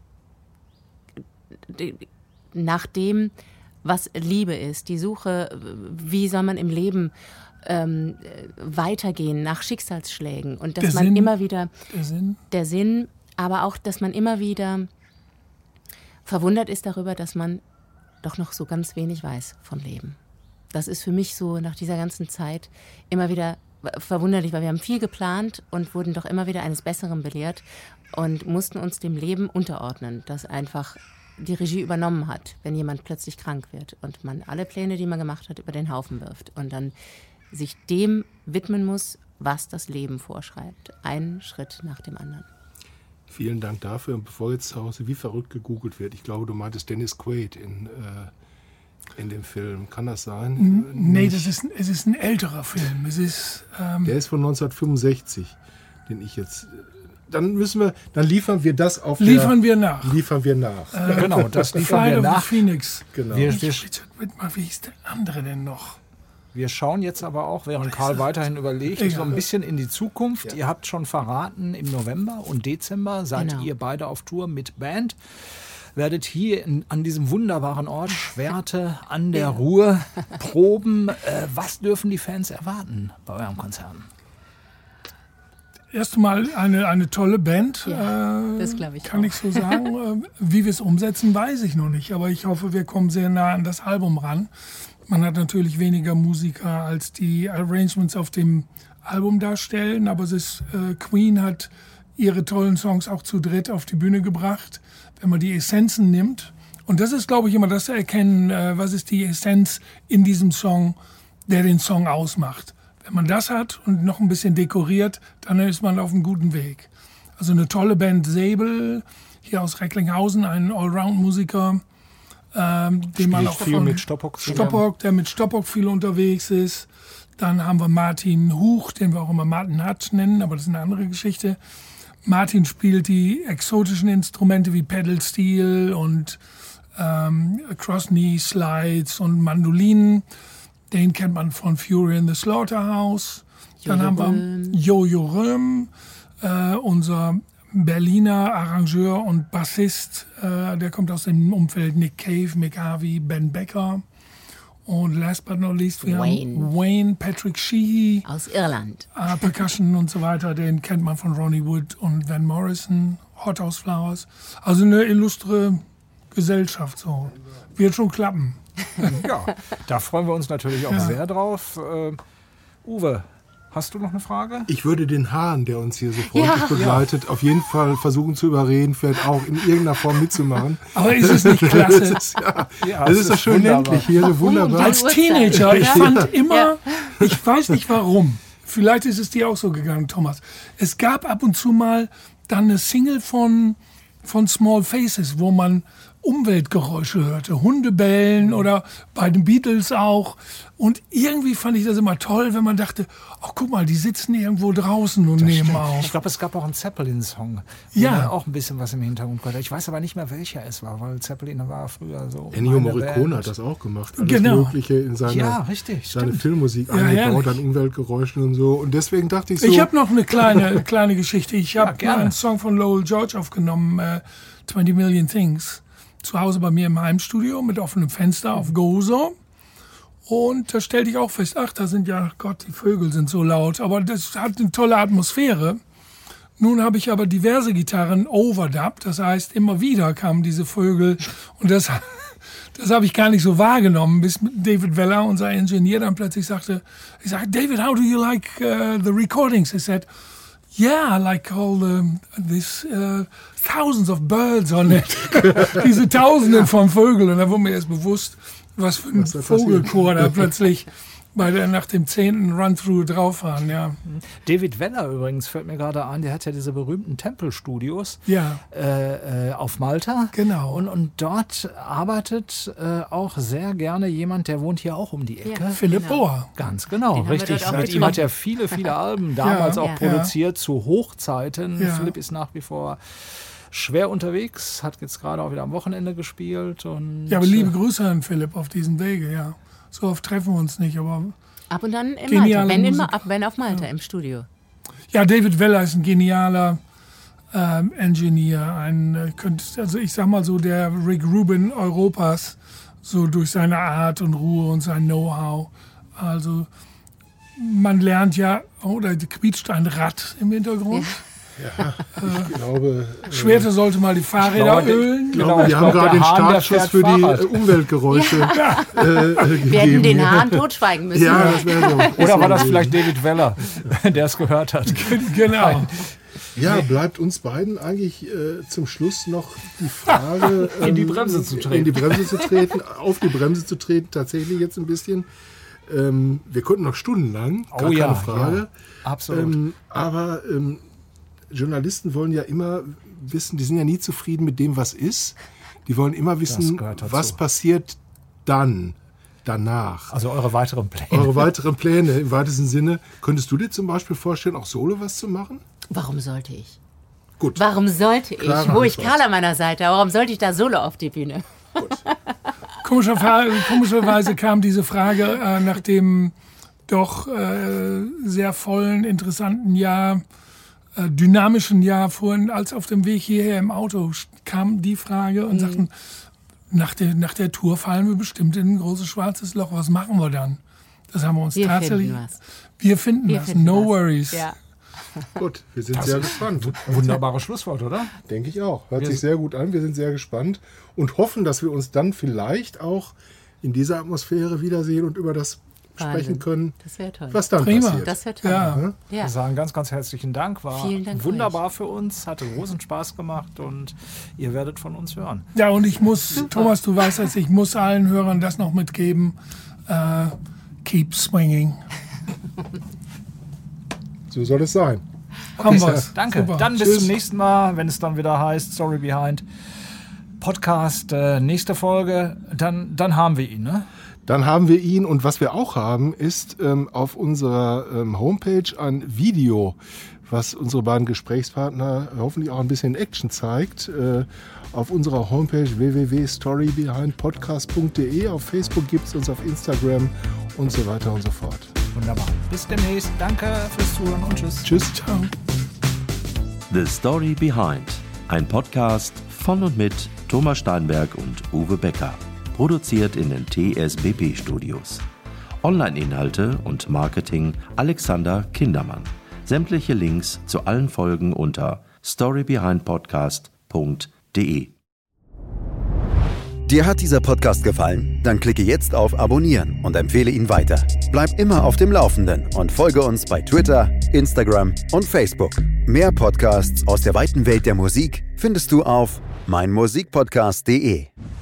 nach dem, was Liebe ist, die Suche, wie soll man im Leben weitergehen nach Schicksalsschlägen und dass man immer wieder der Sinn, aber auch, dass man immer wieder verwundert ist darüber, dass man doch noch so ganz wenig weiß vom Leben. Das ist für mich so nach dieser ganzen Zeit immer wieder verwunderlich, weil wir haben viel geplant und wurden doch immer wieder eines Besseren belehrt und mussten uns dem Leben unterordnen, das einfach die Regie übernommen hat, wenn jemand plötzlich krank wird und man alle Pläne, die man gemacht hat, über den Haufen wirft und dann sich dem widmen muss, was das Leben vorschreibt. Einen Schritt nach dem anderen. Vielen Dank dafür. Und bevor jetzt zu Hause wie verrückt gegoogelt wird, ich glaube, du meintest Dennis Quaid in dem Film. Kann das sein? Nee, es ist ein älterer Film. Es ist, der ist von 1965, den ich jetzt... Dann liefern wir das auf Liefern wir nach. Genau, das liefern wir nach. Phoenix. Genau. Wie hieß der andere denn noch? Wir schauen jetzt aber auch, während Karl weiterhin überlegt, so ein bisschen in die Zukunft. Ja. Ihr habt schon verraten, im November und Dezember seid ihr beide auf Tour mit Band. Werdet hier an diesem wunderbaren Ort Schwerte an der Ruhr proben. Was dürfen die Fans erwarten bei eurem Konzert? Erstmal eine tolle Band, das glaube ich kann auch. ich so sagen. Wie wir es umsetzen, weiß ich noch nicht. Aber ich hoffe, wir kommen sehr nah an das Album ran. Man hat natürlich weniger Musiker, als die Arrangements auf dem Album darstellen. Aber Queen hat ihre tollen Songs auch zu dritt auf die Bühne gebracht, wenn man die Essenzen nimmt. Und das ist, glaube ich, immer das zu erkennen, was ist die Essenz in diesem Song, der den Song ausmacht. Wenn man das hat und noch ein bisschen dekoriert, dann ist man auf einem guten Weg. Also eine tolle Band, Säbel, hier aus Recklinghausen, ein Allround-Musiker, den man auch viel mit Stoppock, der mit Stoppock viel unterwegs ist. Dann haben wir Martin Huch, den wir auch immer Martin Hutch nennen, aber das ist eine andere Geschichte. Martin spielt die exotischen Instrumente wie Pedal Steel und Cross-Knee-Slides und Mandolinen. Den kennt man von Fury in the Slaughterhouse. Dann haben wir Jojo Röhm, unser Berliner Arrangeur und Bassist. Der kommt aus dem Umfeld Nick Cave, Mick Harvey, Ben Becker. Und last but not least, wir haben Wayne Patrick Sheehy. Aus Irland. Percussion und so weiter, den kennt man von Ronnie Wood und Van Morrison, Hothouse Flowers. Also eine illustre Gesellschaft, so. Wird schon klappen. Ja, da freuen wir uns natürlich auch sehr drauf. Uwe, hast du noch eine Frage? Ich würde den Hahn, der uns hier so freundlich begleitet, auf jeden Fall versuchen zu überreden, vielleicht auch in irgendeiner Form mitzumachen. Aber ist es nicht klasse? Das ist doch schön ländlich hier, so wunderbar. Als Teenager, ich fand immer, ich weiß nicht warum, vielleicht ist es dir auch so gegangen, Thomas. Es gab ab und zu mal dann eine Single von Small Faces, wo man Umweltgeräusche hörte, Hunde bellen oder bei den Beatles auch. Und irgendwie fand ich das immer toll, wenn man dachte, ach guck mal, die sitzen irgendwo draußen und nehmen auf. Ich glaube, es gab auch einen Zeppelin-Song, wo man auch ein bisschen was im Hintergrund gehört. Ich weiß aber nicht mehr, welcher es war, weil Zeppelin war früher so. Ennio Morricone hat das auch gemacht. Alles Mögliche in seine Filmmusik eingebaut, an Umweltgeräuschen und so. Und deswegen dachte ich so... Ich habe noch eine kleine Geschichte. Ich habe einen Song von Lowell George aufgenommen, 20 Million Things. Zu Hause bei mir im Heimstudio mit offenem Fenster auf Gozo. Und da stellte ich auch fest, da sind die Vögel sind so laut. Aber das hat eine tolle Atmosphäre. Nun habe ich aber diverse Gitarren overdubbed. Das heißt, immer wieder kamen diese Vögel. Und das habe ich gar nicht so wahrgenommen, bis David Weller, unser Ingenieur, dann plötzlich sagte, David, how do you like the recordings? He said, yeah, I like all these thousands of birds on it. Diese Tausenden von Vögeln. Und da wurde mir erst bewusst, was für ein Vogelchor da plötzlich nach dem 10. Run-Through drauf waren, ja. David Weller übrigens fällt mir gerade ein, der hat ja diese berühmten Tempelstudios auf Malta. Genau. Und dort arbeitet auch sehr gerne jemand, der wohnt hier auch um die Ecke. Ja, Philipp Bohr. Ganz genau, Den richtig. Mit ihm hat er viele Alben damals auch produziert, zu Hochzeiten. Ja. Philipp ist nach wie vor schwer unterwegs, hat jetzt gerade auch wieder am Wochenende gespielt. Und Ja, aber liebe Grüße an Philipp auf diesem Wege, ja. So oft treffen wir uns nicht, aber... Ab und dann in Malta, wenn auf Malta im Studio. Ja, David Weller ist ein genialer Engineer, ich sag mal so der Rick Rubin Europas, so durch seine Art und Ruhe und sein Know-how. Also man lernt ja, da quietscht ein Rad im Hintergrund. Ja, ich glaube... Schwerte sollte mal die Fahrräder ölen. Ich glaube, wir haben gerade den Startschuss für die Umweltgeräusche gegeben. Wir hätten den Hahn totschweigen müssen. Ja, das wäre so. Oder war das vielleicht David Weller, der es gehört hat? Genau. Ja, bleibt uns beiden eigentlich zum Schluss noch die Frage... in die Bremse zu treten. Auf die Bremse zu treten, tatsächlich jetzt ein bisschen. Wir konnten noch stundenlang, keine Frage. Ja, absolut. Aber Journalisten wollen ja immer wissen, die sind ja nie zufrieden mit dem, was ist. Die wollen immer wissen, was passiert danach. Also eure weiteren Pläne. Eure weiteren Pläne im weitesten Sinne. Könntest du dir zum Beispiel vorstellen, auch solo was zu machen? Warum sollte ich? Gut. Warum sollte ich? Wo ich Karl an meiner Seite, warum sollte ich da solo auf die Bühne? Gut. Komischerweise kam diese Frage nach dem doch sehr vollen, interessanten Jahr, dynamischen Jahr vorhin, als auf dem Weg hierher im Auto kam die Frage und sagten, nach der Tour fallen wir bestimmt in ein großes schwarzes Loch. Was machen wir dann? Das haben wir uns tatsächlich... Wir finden was. No worries. Ja. Gut, wir sind sehr gespannt. Wunderbares Schlusswort, oder? Denke ich auch. Hört sich sehr gut an. Wir sind sehr gespannt und hoffen, dass wir uns dann vielleicht auch in dieser Atmosphäre wiedersehen und über das sprechen können, das wäre toll. Was dann passiert. Das wäre toll. Ja. Wir sagen ganz, ganz herzlichen Dank. War Vielen Dank wunderbar für uns, hatte großen Spaß gemacht und ihr werdet von uns hören. Ja, und ich muss, Thomas, du weißt das, ich muss allen Hörern das noch mitgeben. Keep swinging. So soll es sein. Haben wir's. Danke. Super. Dann bis Tschüss. zum nächsten Mal, wenn es dann wieder heißt Story Behind Podcast. Nächste Folge, dann haben wir ihn, ne? Dann haben wir ihn und was wir auch haben, ist auf unserer Homepage ein Video, was unsere beiden Gesprächspartner hoffentlich auch ein bisschen Action zeigt. Auf unserer Homepage www.storybehindpodcast.de. Auf Facebook gibt es uns, auf Instagram und so weiter und so fort. Wunderbar. Bis demnächst. Danke fürs Zuhören und tschüss. Tschüss. Ciao. The Story Behind. Ein Podcast von und mit Thomas Steinberg und Uwe Becker. Produziert in den TSBP-Studios. Online-Inhalte und Marketing Alexander Kindermann. Sämtliche Links zu allen Folgen unter storybehindpodcast.de. Dir hat dieser Podcast gefallen? Dann klicke jetzt auf Abonnieren und empfehle ihn weiter. Bleib immer auf dem Laufenden und folge uns bei Twitter, Instagram und Facebook. Mehr Podcasts aus der weiten Welt der Musik findest du auf meinmusikpodcast.de.